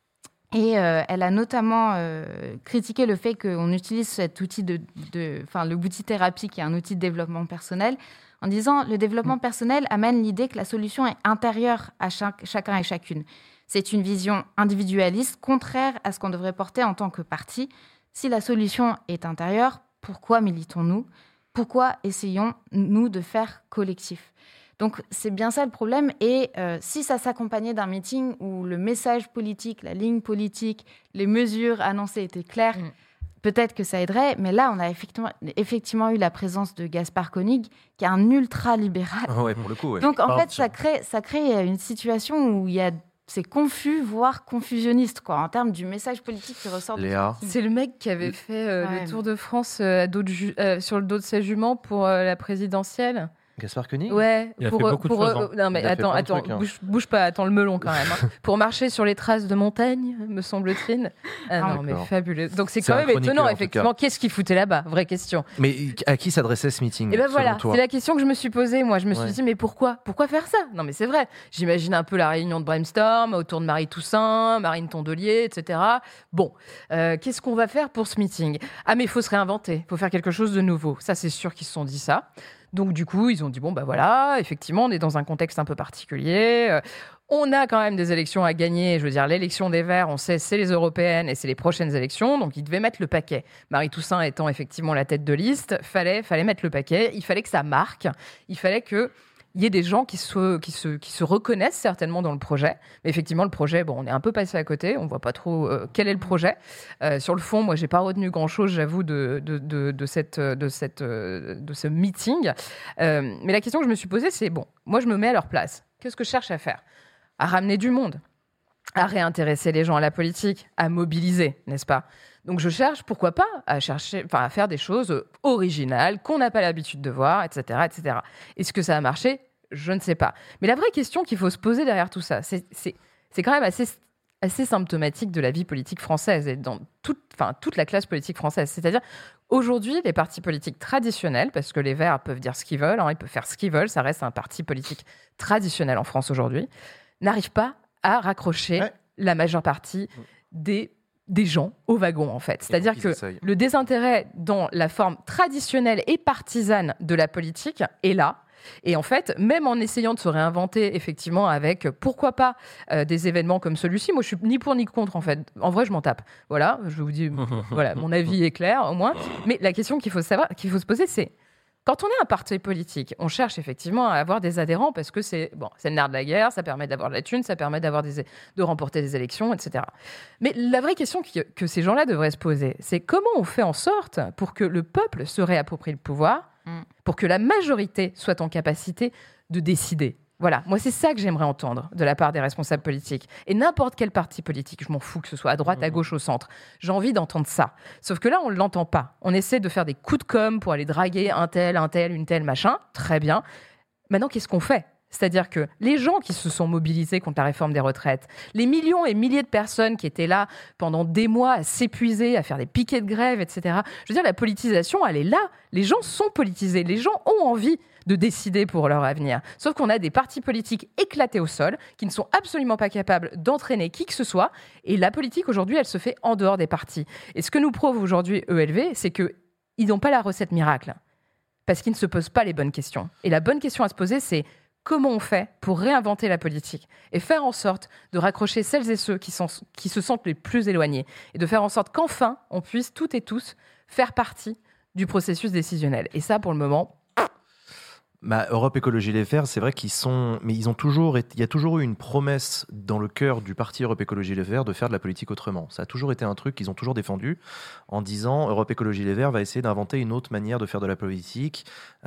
Speaker 4: Et euh, elle a notamment euh, critiqué le fait qu'on utilise cet outil de, de, enfin, le boutithérapie, qui est un outil de développement personnel, en disant le développement personnel amène l'idée que la solution est intérieure à chaque, chacun et chacune. C'est une vision individualiste, contraire à ce qu'on devrait porter en tant que parti. Si la solution est intérieure, pourquoi militons-nous ? Pourquoi essayons-nous de faire collectif ? Donc, c'est bien ça le problème. Et euh, si ça s'accompagnait d'un meeting où le message politique, la ligne politique, les mesures annoncées étaient claires, mmh. peut-être que ça aiderait. Mais là, on a effectivement, effectivement eu la présence de Gaspard Koenig, qui est un ultra-libéral.
Speaker 2: Oh ouais, pour le coup, ouais.
Speaker 4: Donc, en fait, ça crée, ça crée une situation où il y a... c'est confus, voire confusionniste, quoi, en termes du message politique qui ressort.
Speaker 2: Léa.
Speaker 4: De
Speaker 3: c'est le mec qui avait fait euh, ouais, le Tour de France euh, à dos de ju- euh, sur le dos de sa jument pour euh, la présidentielle.
Speaker 2: Gaspard Koenig ?
Speaker 3: Ouais,
Speaker 5: il a
Speaker 3: pour,
Speaker 5: fait beaucoup
Speaker 3: pour,
Speaker 5: de choses.
Speaker 3: euh, non mais attends, attends, trucs, hein. bouge, bouge pas, attends le melon quand même. Hein. Pour marcher sur les traces de montagne, me semble-t-il. Ah,
Speaker 2: ah,
Speaker 3: non mais fabuleux. Donc c'est,
Speaker 2: c'est
Speaker 3: quand même étonnant, effectivement. Qu'est-ce qu'il foutait là-bas ? Vraie question.
Speaker 2: Mais à qui s'adressait ce meeting ?
Speaker 3: Et ben voilà, c'est la question que je me suis posée. Moi, je me suis
Speaker 2: ouais.
Speaker 3: dit mais pourquoi ? Pourquoi faire ça ? Non mais c'est vrai. J'imagine un peu la réunion de brainstorm autour de Marie Toussaint, Marine Tondelier, et cetera. Bon, euh, qu'est-ce qu'on va faire pour ce meeting ? Ah mais il faut se réinventer, il faut faire quelque chose de nouveau. Ça c'est sûr qu'ils se sont dit ça. Donc, du coup, ils ont dit, bon, bah voilà, effectivement, on est dans un contexte un peu particulier. Euh, on a quand même des élections à gagner. Je veux dire, l'élection des Verts, on sait, c'est les européennes et c'est les prochaines élections. Donc, ils devaient mettre le paquet. Marie Toussaint étant effectivement la tête de liste, fallait, fallait mettre le paquet. Il fallait que ça marque. Il fallait que... il y ait des gens qui se, qui, se, qui se reconnaissent certainement dans le projet. Mais effectivement, le projet, bon, on est un peu passé à côté. On ne voit pas trop euh, quel est le projet. Euh, sur le fond, moi, je n'ai pas retenu grand-chose, j'avoue, de, de, de, de, cette, de, cette, de ce meeting. Euh, mais la question que je me suis posée, c'est, bon, moi, je me mets à leur place. Qu'est-ce que je cherche à faire ? À ramener du monde, à réintéresser les gens à la politique, à mobiliser, n'est-ce pas ? Donc je cherche, pourquoi pas, à chercher, enfin à faire des choses originales qu'on n'a pas l'habitude de voir, et cetera, et cetera. Est-ce que ça a marché ? Je ne sais pas. Mais la vraie question qu'il faut se poser derrière tout ça, c'est, c'est, c'est quand même assez, assez symptomatique de la vie politique française et dans toute, enfin, toute la classe politique française. C'est-à-dire, aujourd'hui, les partis politiques traditionnels, parce que les Verts peuvent dire ce qu'ils veulent, hein, ils peuvent faire ce qu'ils veulent, ça reste un parti politique traditionnel en France aujourd'hui, n'arrivent pas à raccrocher ouais. la majeure partie des des gens au wagon, en fait. C'est-à-dire que
Speaker 1: essayent.
Speaker 3: le désintérêt dans la forme traditionnelle et partisane de la politique est là. Et en fait, même en essayant de se réinventer, effectivement, avec, pourquoi pas, euh, des événements comme celui-ci, moi, je suis ni pour ni contre, en fait. En vrai, je m'en tape. Voilà, je vous dis, voilà, mon avis est clair, au moins. Mais la question qu'il faut savoir, qu'il faut se poser, c'est quand on est un parti politique, on cherche effectivement à avoir des adhérents parce que c'est bon, c'est le nerf de la guerre, ça permet d'avoir de la thune, ça permet d'avoir des, de remporter des élections, et cetera. Mais la vraie question que, que ces gens-là devraient se poser, c'est comment on fait en sorte pour que le peuple se réapproprie le pouvoir, mm. pour que la majorité soit en capacité de décider. Voilà, moi c'est ça que j'aimerais entendre de la part des responsables politiques. Et n'importe quel parti politique, je m'en fous que ce soit à droite, à gauche, au centre. J'ai envie d'entendre ça. Sauf que là, on ne l'entend pas. On essaie de faire des coups de com' pour aller draguer un tel, un tel, une telle, machin. Très bien. Maintenant, qu'est-ce qu'on fait ? C'est-à-dire que les gens qui se sont mobilisés contre la réforme des retraites, les millions et milliers de personnes qui étaient là pendant des mois à s'épuiser, à faire des piquets de grève, et cetera. Je veux dire, la politisation, elle est là. Les gens sont politisés. Les gens ont envie de décider pour leur avenir. Sauf qu'on a des partis politiques éclatés au sol, qui ne sont absolument pas capables d'entraîner qui que ce soit. Et la politique, aujourd'hui, elle se fait en dehors des partis. Et ce que nous prouve aujourd'hui E L V, c'est qu'ils n'ont pas la recette miracle. Parce qu'ils ne se posent pas les bonnes questions. Et la bonne question à se poser, c'est comment on fait pour réinventer la politique et faire en sorte de raccrocher celles et ceux qui, sont, qui se sentent les plus éloignés et de faire en sorte qu'enfin, on puisse toutes et tous faire partie du processus décisionnel. Et ça, pour le moment...
Speaker 1: Bah, Europe Écologie Les Verts, c'est vrai qu'ils sont, mais ils ont toujours, été... il y a toujours eu une promesse dans le cœur du parti Europe Écologie Les Verts de faire de la politique autrement. Ça a toujours été un truc qu'ils ont toujours défendu en disant Europe Écologie Les Verts va essayer d'inventer une autre manière de faire de la politique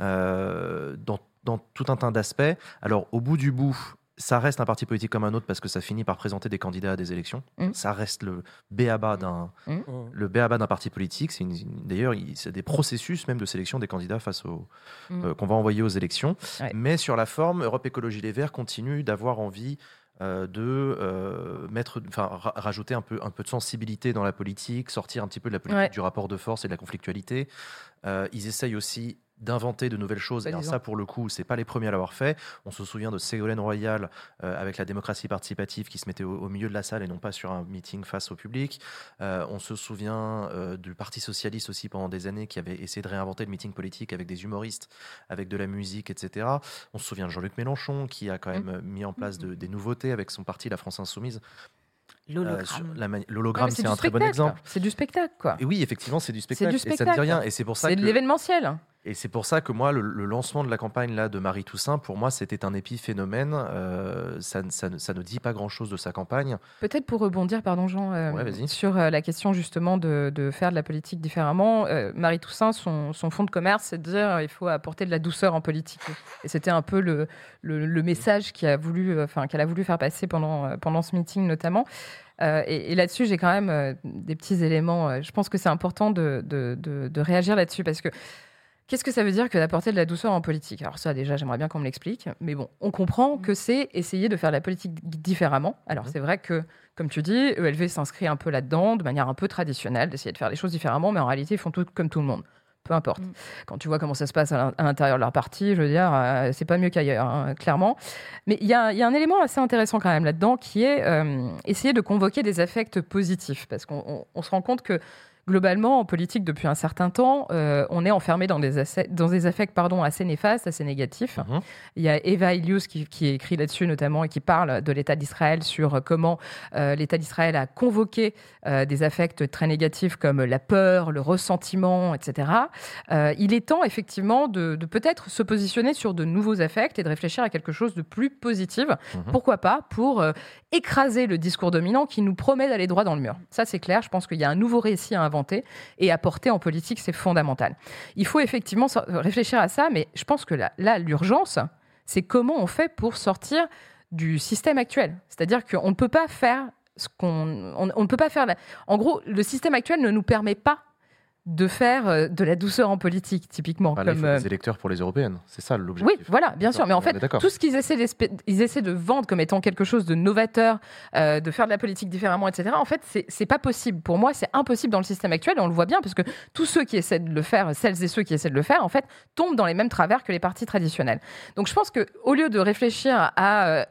Speaker 1: euh, dans, dans tout un tas d'aspects. Alors au bout du bout, ça reste un parti politique comme un autre parce que ça finit par présenter des candidats à des élections. Mmh. Ça reste le b.a.-ba d'un, mmh. le b.a.-ba d'un parti politique. C'est une, une, d'ailleurs, il, c'est des processus même de sélection des candidats face aux, mmh. euh, qu'on va envoyer aux élections. Ouais. Mais sur la forme, Europe Écologie Les Verts continue d'avoir envie euh, de euh, mettre, enfin, ra- rajouter un peu, un peu de sensibilité dans la politique, sortir un petit peu de la politique ouais. du rapport de force et de la conflictualité. Euh, ils essayent aussi d'inventer de nouvelles choses. Bah, et alors ça, pour le coup, c'est pas les premiers à l'avoir fait. On se souvient de Ségolène Royal euh, avec la démocratie participative qui se mettait au, au milieu de la salle et non pas sur un meeting face au public. Euh, on se souvient euh, du Parti socialiste aussi pendant des années qui avait essayé de réinventer le meeting politique avec des humoristes, avec de la musique, et cetera. On se souvient de Jean-Luc Mélenchon qui a quand même mmh. mis en place de, des nouveautés avec son parti La France Insoumise.
Speaker 4: L'hologramme.
Speaker 1: Euh, la mani- l'hologramme,
Speaker 3: ouais, c'est,
Speaker 1: c'est un très
Speaker 3: spectacle.
Speaker 1: bon exemple.
Speaker 3: C'est du spectacle, quoi.
Speaker 1: Et oui, effectivement, c'est du spectacle.
Speaker 3: C'est du spectacle.
Speaker 1: Et ça ne dit rien. Et c'est pour ça
Speaker 3: c'est
Speaker 1: que...
Speaker 3: de l'événementiel.
Speaker 1: Et c'est pour ça que moi, le, le lancement de la campagne là, de Marie Toussaint, pour moi, c'était un épiphénomène. Euh, ça, ça, ça ne dit pas grand-chose de sa campagne.
Speaker 3: Peut-être pour rebondir, pardon Jean, euh,
Speaker 1: ouais,
Speaker 3: sur euh, la question justement de, de faire de la politique différemment. Euh, Marie Toussaint, son, son fond de commerce, c'est de dire qu'il faut apporter de la douceur en politique. Et c'était un peu le, le, le message qu'elle a, voulu, enfin, qu'elle a voulu faire passer pendant, pendant ce meeting notamment. Euh, et, et là-dessus, j'ai quand même euh, des petits éléments. Euh, je pense que c'est important de, de, de, de réagir là-dessus parce que qu'est-ce que ça veut dire que d'apporter de la douceur en politique ? Alors ça, déjà, j'aimerais bien qu'on me l'explique. Mais bon, on comprend que c'est essayer de faire la politique différemment. Alors c'est vrai que, comme tu dis, E L V s'inscrit un peu là-dedans, de manière un peu traditionnelle, d'essayer de faire les choses différemment, mais en réalité, ils font tout comme tout le monde. Peu importe. Mm. Quand tu vois comment ça se passe à l'intérieur de leur parti, je veux dire, euh, c'est pas mieux qu'ailleurs, hein, clairement. Mais il y, y a un élément assez intéressant quand même là-dedans qui est euh, essayer de convoquer des affects positifs. Parce qu'on on, on se rend compte que globalement, en politique, depuis un certain temps, euh, on est enfermé dans des, assets, dans des affects pardon, assez néfastes, assez négatifs. Mmh. Il y a Eva Ilius qui, qui écrit là-dessus notamment et qui parle de l'État d'Israël sur comment euh, l'État d'Israël a convoqué euh, des affects très négatifs comme la peur, le ressentiment, et cetera. Euh, il est temps effectivement de, de peut-être se positionner sur de nouveaux affects et de réfléchir à quelque chose de plus positif. Mmh. Pourquoi pas pour euh, écraser le discours dominant qui nous promet d'aller droit dans le mur. Ça, c'est clair. Je pense qu'il y a un nouveau récit à inventer et à porter en politique, c'est fondamental. Il faut effectivement réfléchir à ça, mais je pense que là, là l'urgence, c'est comment on fait pour sortir du système actuel. C'est-à-dire qu'on ne peut pas faire ce qu'on... On, on ne peut pas faire... La... En gros, le système actuel ne nous permet pas de faire de la douceur en politique, typiquement.
Speaker 1: Bah là,
Speaker 3: comme,
Speaker 1: il faut des électeurs pour les européennes. C'est ça l'objectif.
Speaker 3: Oui, voilà, bien sûr. Mais en fait, tout ce qu'ils essaient, ils essaient de vendre comme étant quelque chose de novateur, euh, de faire de la politique différemment, et cetera, en fait, c'est, c'est pas possible. Pour moi, c'est impossible dans le système actuel. Et on le voit bien, parce que tous ceux qui essaient de le faire, celles et ceux qui essaient de le faire, en fait, tombent dans les mêmes travers que les partis traditionnels. Donc, je pense qu'au lieu de réfléchir à... Euh,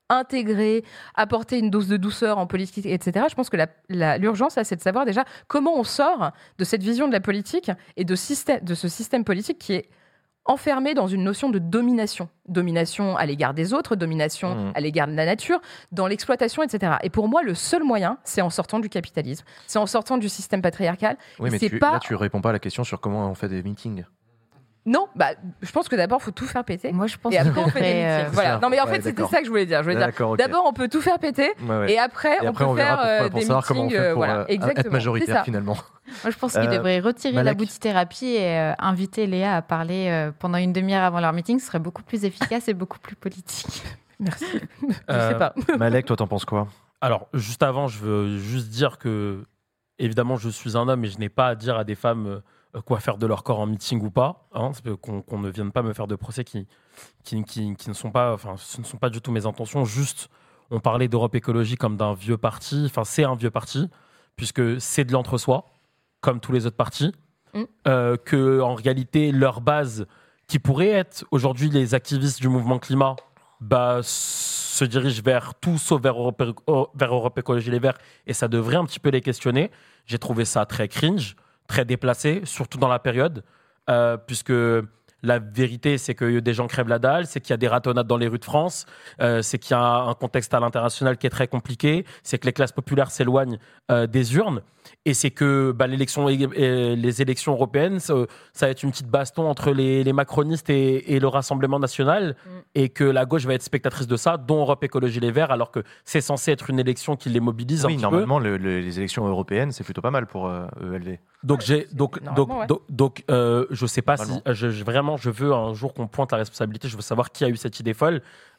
Speaker 3: intégrer, apporter une dose de douceur en politique, et cetera. Je pense que la, la, l'urgence, là, c'est de savoir déjà comment on sort de cette vision de la politique et de, système, de ce système politique qui est enfermé dans une notion de domination. Domination à l'égard des autres, domination mmh. à l'égard de la nature, dans l'exploitation, et cetera. Et pour moi, le seul moyen, c'est en sortant du capitalisme, c'est en sortant du système patriarcal.
Speaker 1: Oui, mais
Speaker 3: c'est
Speaker 1: tu,
Speaker 3: pas...
Speaker 1: là, tu réponds pas à la question sur comment on fait des meetings.
Speaker 3: Non, bah, je pense que d'abord, il faut tout faire péter.
Speaker 4: Moi, je pense
Speaker 3: et après, on fait des
Speaker 4: euh...
Speaker 3: meetings. Voilà. Non, mais en fait, ouais, c'était d'accord. ça que je voulais dire. Je voulais dire
Speaker 1: okay.
Speaker 3: d'abord, on peut tout faire péter, ouais, ouais. et après,
Speaker 1: et
Speaker 3: on
Speaker 1: après,
Speaker 3: peut
Speaker 1: on
Speaker 3: faire
Speaker 1: euh,
Speaker 3: des
Speaker 1: savoir
Speaker 3: meetings.
Speaker 1: Comment on fait pour,
Speaker 3: voilà,
Speaker 1: euh,
Speaker 3: exactement.
Speaker 1: Être majoritaire, finalement.
Speaker 4: Moi, je pense qu'ils euh, devraient retirer Malek. la boutithérapie et euh, inviter Léa à parler euh, pendant une demi-heure avant leur meeting. Ce serait beaucoup plus efficace et beaucoup plus politique.
Speaker 3: Merci.
Speaker 5: Euh,
Speaker 3: je sais pas.
Speaker 1: Malek, toi, t'en penses quoi ?
Speaker 5: Alors, juste avant, je veux juste dire que, évidemment, je suis un homme et je n'ai pas à dire à des femmes euh, quoi faire de leur corps en meeting ou pas. Hein, qu'on, qu'on ne vienne pas me faire de procès qui, qui, qui, qui ne sont pas, enfin, ce ne sont pas du tout mes intentions. Juste, on parlait d'Europe Écologie comme d'un vieux parti. Enfin, c'est un vieux parti, puisque c'est de l'entre-soi, comme tous les autres partis. Mm. Euh, que, en réalité, leur base, qui pourrait être aujourd'hui les activistes du mouvement climat, bah, se dirige vers tout sauf vers Europe, vers Europe Écologie Les Verts, et ça devrait un petit peu les questionner. J'ai trouvé ça très cringe, très déplacé, surtout dans la période, euh, puisque la vérité, c'est que des gens crèvent la dalle, c'est qu'il y a des ratonnades dans les rues de France, euh, c'est qu'il y a un contexte à l'international qui est très compliqué, c'est que les classes populaires s'éloignent euh, des urnes, et c'est que bah, l'élection, les élections européennes, ça, ça va être une petite baston entre les, les macronistes et, et le Rassemblement national, mm. et que la gauche va être spectatrice de ça, dont Europe Écologie Les Verts, alors que c'est censé être une élection qui les mobilise
Speaker 1: oui,
Speaker 5: un petit
Speaker 1: normalement,
Speaker 5: peu.
Speaker 1: Le, le, les élections européennes, c'est plutôt pas mal pour euh, E L V.
Speaker 5: Donc, ouais, j'ai, donc, donc, ouais. donc, donc euh, je sais pas si je, je, vraiment je veux un jour qu'on pointe la responsabilité. Je veux savoir qui a eu cette idée folle,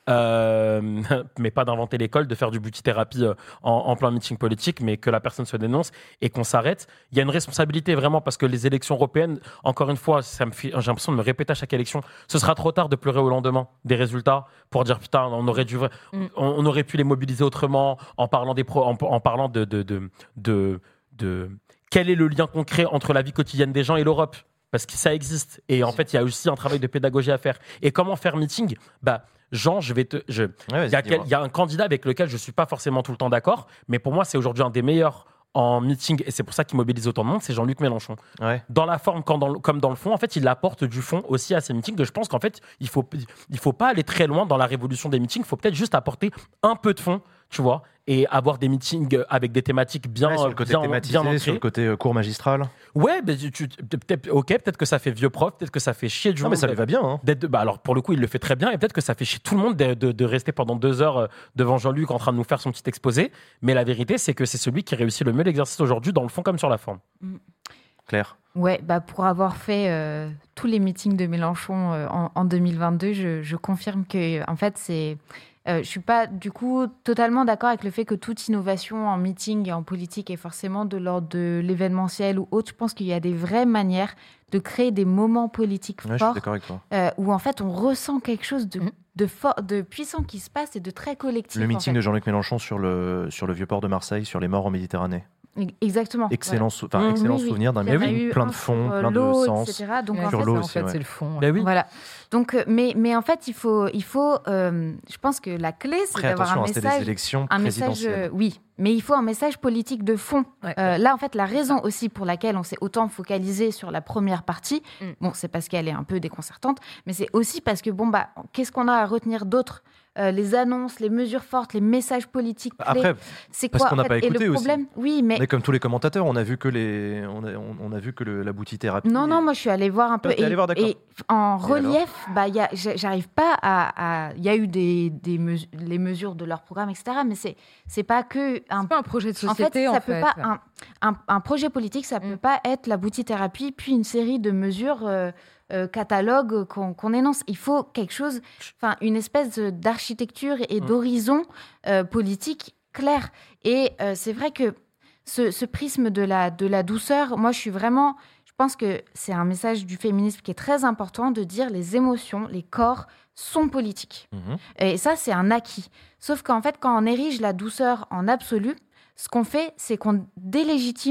Speaker 5: euh, mais pas d'inventer l'école, de faire du boutithérapie en, en plein meeting politique, mais que la personne se dénonce et qu'on s'arrête. Il y a une responsabilité vraiment parce que les élections européennes, encore une fois, ça me fait, j'ai l'impression de me répéter à chaque élection. Ce sera trop tard de pleurer au lendemain des résultats pour dire putain, on aurait dû, mm. on, on aurait pu les mobiliser autrement en parlant des pro, en, en parlant de de de, de, de quel est le lien concret entre la vie quotidienne des gens et l'Europe ? Parce que ça existe. Et en fait, il y a aussi un travail de pédagogie à faire. Et comment faire meeting ? Bah, Jean, je vais te. Je... Ouais, il y a quel, il y a un candidat avec lequel je ne suis pas forcément tout le temps d'accord, mais pour moi, c'est aujourd'hui un des meilleurs en meeting, et c'est pour ça qu'il mobilise autant de monde, c'est Jean-Luc Mélenchon. Ouais. Dans la forme comme dans, le, comme dans le fond, en fait, il apporte du fond aussi à ces meetings. Je pense qu'en fait, il ne faut, il faut pas aller très loin dans la révolution des meetings, il faut peut-être juste apporter un peu de fond, tu vois, et avoir des meetings avec des thématiques bien
Speaker 1: ouais, sur le côté
Speaker 5: bien,
Speaker 1: thématisé,
Speaker 5: bien
Speaker 1: sur le côté euh, cours magistral.
Speaker 5: Ouais, mais tu, tu, peut-être, ok, peut-être que ça fait vieux prof, peut-être que ça fait chier du
Speaker 1: non,
Speaker 5: monde.
Speaker 1: Mais ça lui va bien. Hein.
Speaker 5: D'être, bah alors pour le coup, il le fait très bien, et peut-être que ça fait chier tout le monde de, de, de rester pendant deux heures devant Jean-Luc en train de nous faire son petit exposé. Mais la vérité, c'est que c'est celui qui réussit le mieux l'exercice aujourd'hui, dans le fond comme sur la forme.
Speaker 4: Mmh.
Speaker 1: Claire.
Speaker 4: Ouais, bah pour avoir fait euh, tous les meetings de Mélenchon euh, en, en deux mille vingt-deux, je, je confirme que en fait c'est Euh, je suis pas du coup totalement d'accord avec le fait que toute innovation en meeting et en politique est forcément de l'ordre de l'événementiel ou autre. Je pense qu'il y a des vraies manières de créer des moments politiques
Speaker 1: ouais,
Speaker 4: forts
Speaker 1: je suis d'accord avec toi.
Speaker 4: Euh, où en fait on ressent quelque chose de, de, fort, de puissant qui se passe et de très collectif.
Speaker 1: Le meeting
Speaker 4: en fait.
Speaker 1: de Jean-Luc Mélenchon sur le, sur le vieux port de Marseille, sur les morts en Méditerranée.
Speaker 4: Exactement.
Speaker 1: Excellent,
Speaker 4: voilà.
Speaker 1: sou- enfin, excellent
Speaker 4: oui,
Speaker 1: souvenir
Speaker 4: oui.
Speaker 1: d'un
Speaker 4: Il y en a
Speaker 1: meeting
Speaker 4: eu
Speaker 1: plein de
Speaker 4: un
Speaker 1: fond,
Speaker 4: sur
Speaker 1: plein de
Speaker 4: l'eau,
Speaker 1: sens.
Speaker 4: et cetera. Donc,
Speaker 3: ouais,
Speaker 4: en
Speaker 1: sur
Speaker 4: fait,
Speaker 1: l'eau
Speaker 3: en
Speaker 1: aussi,
Speaker 3: fait,
Speaker 1: ouais.
Speaker 3: c'est le fond. Ouais.
Speaker 5: Ben oui.
Speaker 4: Voilà. Donc, mais, mais en fait, il faut, il faut euh, je pense que la clé, c'est
Speaker 1: Après,
Speaker 4: d'avoir
Speaker 1: attention,
Speaker 4: un
Speaker 1: hein, c'était des
Speaker 4: message,
Speaker 1: élections
Speaker 4: un message,
Speaker 1: présidentielles.
Speaker 4: euh, oui, mais il faut un message politique de fond.
Speaker 3: Ouais,
Speaker 4: Euh,
Speaker 3: ouais.
Speaker 4: là, en fait, la raison aussi pour laquelle on s'est autant focalisé sur la première partie,
Speaker 3: Mm.
Speaker 4: bon, c'est parce qu'elle est un peu déconcertante, mais c'est aussi parce que bon, bah, qu'est-ce qu'on a à retenir d'autre ? Euh, les annonces, les mesures fortes, les messages politiques clés.
Speaker 1: Après,
Speaker 4: c'est
Speaker 1: parce
Speaker 4: quoi
Speaker 1: qu'on
Speaker 4: en
Speaker 1: n'a
Speaker 4: fait
Speaker 1: pas
Speaker 4: Et
Speaker 1: écouté
Speaker 4: le
Speaker 1: aussi.
Speaker 4: problème, oui, mais
Speaker 1: mais comme tous les commentateurs, on a vu que les, on a, on, on a vu que le, la boutithérapie.
Speaker 4: non, non, moi je suis allée voir un peu.
Speaker 1: Ah, t'es allée voir, d'accord.
Speaker 4: et en
Speaker 1: Et
Speaker 4: relief, bah, y a, j'a- j'arrive pas à. Il y a eu des, des mesu- les mesures de leur programme, et cetera. Mais c'est c'est pas que un.
Speaker 3: C'est pas un projet de
Speaker 4: En fait,
Speaker 3: société,
Speaker 4: ça
Speaker 3: en
Speaker 4: peut
Speaker 3: fait.
Speaker 4: pas un, un, un projet politique, ça peut
Speaker 3: Mm.
Speaker 4: pas être la boutithérapie puis une série de mesures. Euh, euh, catalogue qu'on, qu'on énonce. Il faut quelque chose, enfin une espèce de- d'architecture et
Speaker 5: Mm.
Speaker 4: d'horizon euh, politique clair. Et euh, c'est vrai que ce, ce prisme de la, de la douceur, moi je suis vraiment, je pense que c'est un message du féminisme qui est très important de dire les émotions, les corps sont politiques.
Speaker 1: Mhm.
Speaker 4: Et ça c'est un acquis. Sauf qu'en fait quand on érige la douceur en absolu, ce qu'on fait c'est qu'on délégitime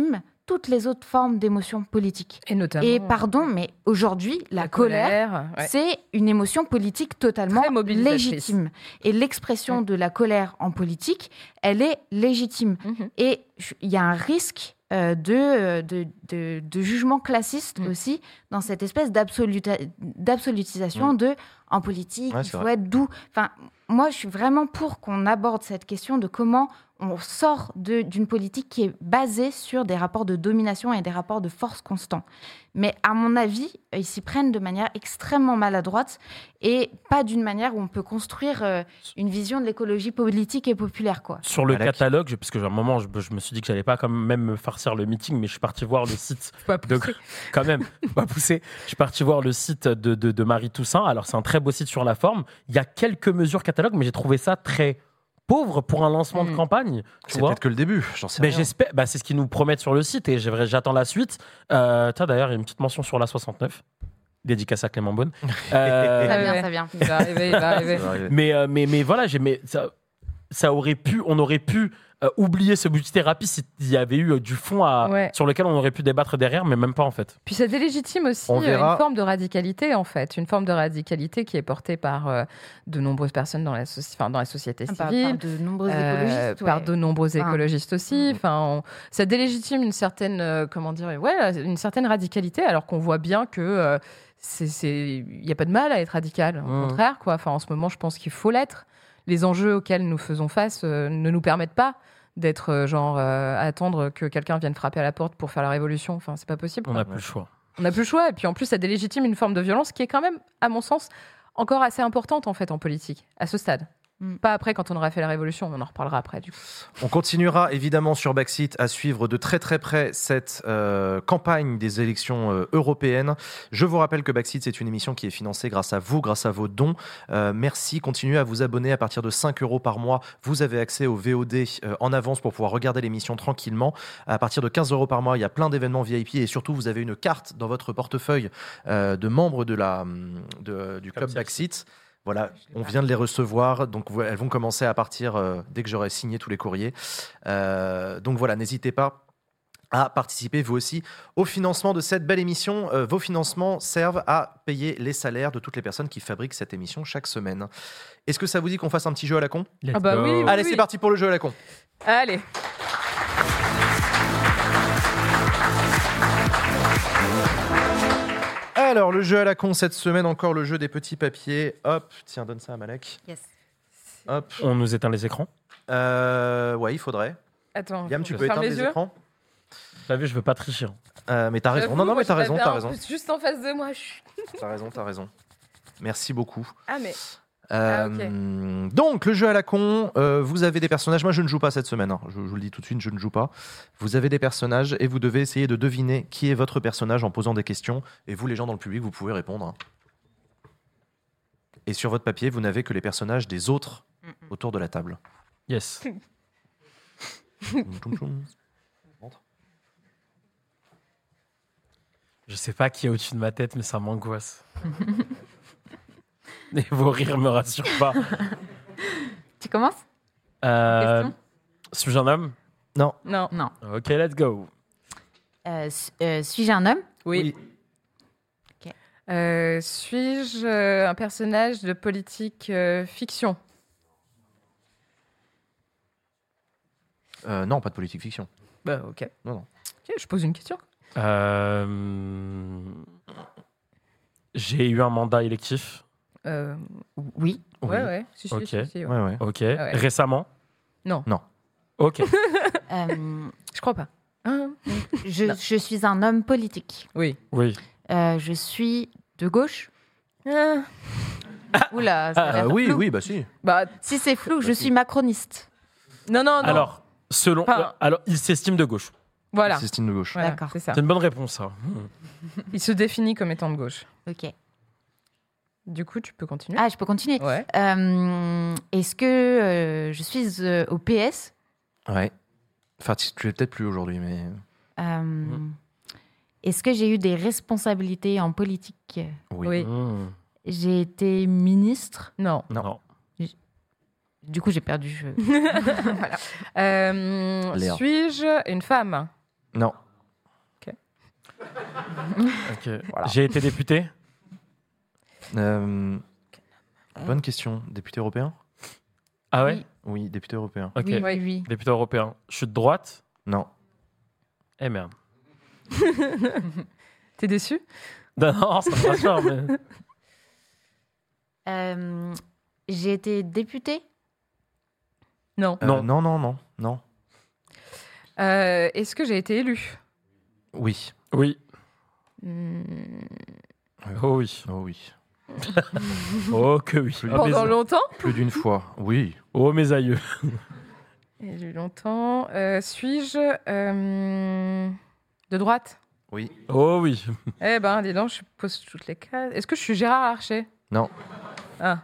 Speaker 4: toutes les autres formes d'émotions politiques.
Speaker 3: Et notamment.
Speaker 4: Et pardon, mais aujourd'hui, la,
Speaker 3: la
Speaker 4: colère,
Speaker 3: colère ouais.
Speaker 4: c'est une émotion politique totalement légitime. Et l'expression mmh. de la colère en politique, elle est légitime. Mmh. Et il y a un risque euh, de, de, de, de jugement classiste mmh. aussi dans cette espèce d'absoluta- d'absolutisation mmh. de en politique,
Speaker 1: ouais,
Speaker 4: il faut
Speaker 1: vrai.
Speaker 4: être doux. Enfin, moi, je suis vraiment pour qu'on aborde cette question de comment on sort de, d'une politique qui est basée sur des rapports de domination et des rapports de force constants. Mais à mon avis, ils s'y prennent de manière extrêmement maladroite et pas d'une manière où on peut construire euh, une vision de l'écologie politique et populaire. Quoi.
Speaker 5: Sur le
Speaker 1: Alec.
Speaker 5: catalogue, parce qu'à un moment, je, je me suis dit que j'allais pas quand même me farcir le meeting, mais je suis parti voir le site.
Speaker 3: Pas
Speaker 5: de, quand même, pas pousser. Je suis parti voir le site de, de, de Marie Toussaint. Alors, c'est un très beau site sur la forme. Il y a quelques mesures catalogue, mais j'ai trouvé ça très pauvre pour un lancement mmh. de campagne. Tu
Speaker 1: c'est
Speaker 5: vois
Speaker 1: peut-être que le début, j'en sais
Speaker 5: mais
Speaker 1: rien.
Speaker 5: J'espère, bah, c'est ce qu'ils nous promettent sur le site et j'attends la suite. Euh, d'ailleurs, il y a une petite mention sur l'A soixante-neuf. Dédicace à Clément Beaune.
Speaker 4: Euh, ça vient, ça vient.
Speaker 3: Il va arriver, il va arriver.
Speaker 5: mais, euh, mais, mais voilà, j'ai, mais ça, ça aurait pu, on aurait pu euh, oublier ce multithérapie s'il y avait eu euh, du fond à,
Speaker 3: ouais.
Speaker 5: sur lequel on aurait pu débattre derrière, mais même pas en fait.
Speaker 3: Puis ça délégitime aussi une forme de radicalité en fait, une forme de radicalité qui est portée par euh, de nombreuses personnes dans la, so- enfin, dans la société civile,
Speaker 4: par, par de nombreux écologistes,
Speaker 3: euh,
Speaker 4: ouais.
Speaker 3: par de nombreux
Speaker 4: enfin,
Speaker 3: écologistes aussi.
Speaker 4: mmh.
Speaker 3: Enfin, on, ça délégitime une certaine, euh, comment dire, ouais, une certaine radicalité, alors qu'on voit bien que euh, c'est, c'est, il y a pas de mal à être radical. Au
Speaker 5: Mmh.
Speaker 3: contraire, quoi. Enfin, en ce moment, je pense qu'il faut l'être. Les enjeux auxquels nous faisons face euh, ne nous permettent pas d'être euh, genre euh, à attendre que quelqu'un vienne frapper à la porte pour faire la révolution. Enfin, c'est pas possible.
Speaker 5: On
Speaker 3: quoi.
Speaker 5: n'a plus le choix.
Speaker 3: On n'a plus le choix. Et puis en plus, ça délégitime une forme de violence qui est quand même, à mon sens, encore assez importante en fait en politique, à ce stade. Mm. Pas après, quand on aura fait la révolution, on en reparlera après du coup.
Speaker 1: On continuera évidemment sur Backseat à suivre de très très près cette euh, campagne des élections euh, européennes. Je vous rappelle que Backseat, c'est une émission qui est financée grâce à vous, grâce à vos dons. Euh, merci, continuez à vous abonner à partir de cinq euros par mois. Vous avez accès au V O D euh, en avance pour pouvoir regarder l'émission tranquillement. À partir de quinze euros par mois, il y a plein d'événements V I P et surtout, vous avez une carte dans votre portefeuille euh, de membres de la, de, du club Backseat. Voilà, on vient de les recevoir, donc elles vont commencer à partir euh, dès que j'aurai signé tous les courriers. Euh, donc voilà, n'hésitez pas à participer vous aussi au financement de cette belle émission. Euh, vos financements servent à payer les salaires de toutes les personnes qui fabriquent cette émission chaque semaine. Est-ce que ça vous dit qu'on fasse un petit jeu à la con ?
Speaker 3: Ah bah oui, oui,
Speaker 1: Allez,
Speaker 3: oui.
Speaker 1: c'est parti pour le jeu à la con.
Speaker 3: Allez.
Speaker 1: Alors, le jeu à la con cette semaine, encore le jeu des petits papiers. Hop, tiens, donne ça à Malek.
Speaker 4: Yes.
Speaker 1: Hop.
Speaker 5: On nous éteint les écrans.
Speaker 1: Euh, ouais, il faudrait.
Speaker 3: Attends.
Speaker 1: Yam, tu
Speaker 3: je
Speaker 1: peux
Speaker 3: ferme
Speaker 1: éteindre
Speaker 3: les
Speaker 1: les
Speaker 3: yeux.
Speaker 1: écrans ?
Speaker 5: T'as vu, je veux pas tricher.
Speaker 1: euh, Mais t'as raison.
Speaker 3: J'avoue,
Speaker 1: Non, non,
Speaker 3: moi,
Speaker 1: mais t'as
Speaker 3: je
Speaker 1: raison,
Speaker 3: l'avais
Speaker 1: t'as
Speaker 3: en
Speaker 1: raison.
Speaker 3: plus juste en face de moi. Je...
Speaker 1: T'as raison, t'as raison. Merci beaucoup.
Speaker 3: Ah mais.
Speaker 1: Euh,
Speaker 3: Ah, ok.
Speaker 1: Donc, le jeu à la con, euh, vous avez des personnages. Moi, je ne joue pas cette semaine. hein. Je, je vous le dis tout de suite, je ne joue pas. Vous avez des personnages et vous devez essayer de deviner qui est votre personnage en posant des questions. Et vous, les gens dans le public, vous pouvez répondre. Et sur votre papier, vous n'avez que les personnages des autres autour de la table.
Speaker 5: Yes.
Speaker 1: Tchoum, tchoum, tchoum.
Speaker 5: Je sais pas qui est au-dessus de ma tête, mais ça m'angoisse. Et vos rires me rassurent pas.
Speaker 4: Tu commences ?
Speaker 5: Euh,
Speaker 4: Question ?
Speaker 5: Suis-je un homme ?
Speaker 1: Non.
Speaker 3: Non.
Speaker 4: Non.
Speaker 5: Ok, let's go.
Speaker 4: Euh, su- euh, suis-je un homme ?
Speaker 3: Oui. Euh, suis-je euh, un personnage de politique euh, fiction ?
Speaker 1: Euh, non, pas de politique fiction.
Speaker 3: Bah ok.
Speaker 1: Non, non.
Speaker 3: Ok, je pose une question.
Speaker 5: Euh, J'ai eu un mandat électif.
Speaker 3: Euh,
Speaker 4: Oui.
Speaker 3: ouais,
Speaker 1: Oui.
Speaker 3: ouais. Si, si,
Speaker 5: Ok.
Speaker 3: si, si, ouais.
Speaker 1: Ouais, ouais.
Speaker 5: Ok.
Speaker 3: ouais.
Speaker 5: Récemment ?
Speaker 3: Non.
Speaker 1: Non.
Speaker 5: Ok.
Speaker 4: Euh,
Speaker 3: Je crois pas. Hein ?
Speaker 4: je, je suis un homme politique.
Speaker 3: Oui.
Speaker 5: Oui.
Speaker 4: Euh, je suis de gauche.
Speaker 3: Ah.
Speaker 4: Oula, ça a
Speaker 1: Euh,
Speaker 4: l'air
Speaker 1: oui,
Speaker 4: flou.
Speaker 1: oui, bah si.
Speaker 3: Bah
Speaker 4: Si c'est flou, je suis macroniste.
Speaker 3: non, non, non.
Speaker 5: Alors, selon.
Speaker 3: Enfin-
Speaker 5: euh, alors, il s'estime de gauche.
Speaker 3: voilà.
Speaker 1: C'est style de gauche.
Speaker 3: Voilà,
Speaker 4: D'accord.
Speaker 3: c'est ça.
Speaker 5: C'est une bonne réponse, ça.
Speaker 3: Il se définit comme étant de gauche.
Speaker 4: Ok.
Speaker 3: Du coup, tu peux continuer.
Speaker 4: Ah, je peux continuer.
Speaker 3: Ouais.
Speaker 4: Euh, est-ce que euh, je suis euh, au P S ?
Speaker 1: Ouais. Enfin, tu tu es peut-être plus aujourd'hui, mais.
Speaker 4: Euh,
Speaker 5: Mm.
Speaker 4: Est-ce que j'ai eu des responsabilités en politique ?
Speaker 1: Oui.
Speaker 3: Oui.
Speaker 5: Mmh.
Speaker 4: J'ai été ministre.
Speaker 3: Non.
Speaker 1: Non.
Speaker 5: Non.
Speaker 4: Du coup, j'ai perdu. Je...
Speaker 3: Euh,
Speaker 1: Léa.
Speaker 3: suis-je une femme ?
Speaker 1: Non.
Speaker 5: Ok. Voilà. J'ai été député.
Speaker 1: Euh, bonne question. Député européen ?
Speaker 5: Ah ouais ?
Speaker 4: Oui.
Speaker 1: Oui, député européen.
Speaker 5: Ok.
Speaker 4: Oui, oui, oui.
Speaker 5: Député européen. Je suis de droite ?
Speaker 1: Non.
Speaker 5: Eh merde.
Speaker 3: T'es déçu ?
Speaker 5: Non, non, ça me rassure, mais...
Speaker 4: Euh, j'ai été députée.
Speaker 3: Non.
Speaker 1: Euh,
Speaker 5: Non.
Speaker 1: non, non, non, non.
Speaker 3: Euh, Est-ce que j'ai été élue ?
Speaker 1: Oui.
Speaker 5: Oui.
Speaker 3: Hmm.
Speaker 5: Oh oui.
Speaker 1: Oh oui.
Speaker 5: Oh que oui. Ah,
Speaker 3: Pendant
Speaker 5: mes...
Speaker 3: longtemps ?
Speaker 1: Plus d'une fois. Oui.
Speaker 5: Oh mes aïeux.
Speaker 3: Élu longtemps. Euh, Suis-je euh, de droite ?
Speaker 1: Oui.
Speaker 5: Oh oui.
Speaker 3: Eh ben, dis donc, je pose toutes les cases. Est-ce que je suis Gérard Larcher ?
Speaker 1: Non.
Speaker 3: Ah.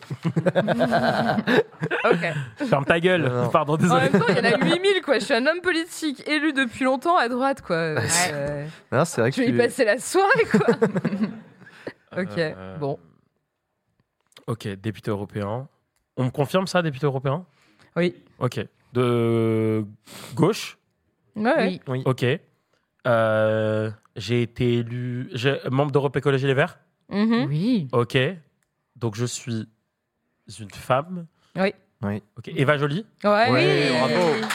Speaker 3: Ok.
Speaker 5: Ferme ta gueule.
Speaker 1: Non, non.
Speaker 5: Pardon,
Speaker 3: En
Speaker 5: désolé.
Speaker 3: même temps, il y en a huit mille, quoi. Je suis un homme politique élu depuis longtemps à droite, quoi. Euh,
Speaker 1: Non, c'est vrai que
Speaker 3: je vais y
Speaker 1: tu-
Speaker 3: passer la soirée, quoi. Ok,
Speaker 5: Euh,
Speaker 3: bon.
Speaker 5: Ok, député européen. On me confirme ça, député européen ?
Speaker 3: Oui.
Speaker 5: Ok. De gauche ?
Speaker 3: Ouais, ouais.
Speaker 4: Oui.
Speaker 1: Oui.
Speaker 5: Ok. Euh, j'ai été élu j'ai- membre d'Europe Écologie Les Verts.
Speaker 3: Mhm.
Speaker 4: Oui.
Speaker 5: Ok. Donc je suis une femme.
Speaker 3: Oui.
Speaker 1: Oui.
Speaker 5: Ok. Eva Joly.
Speaker 3: Ouais,
Speaker 1: Ouais,
Speaker 3: oui.
Speaker 1: bravo.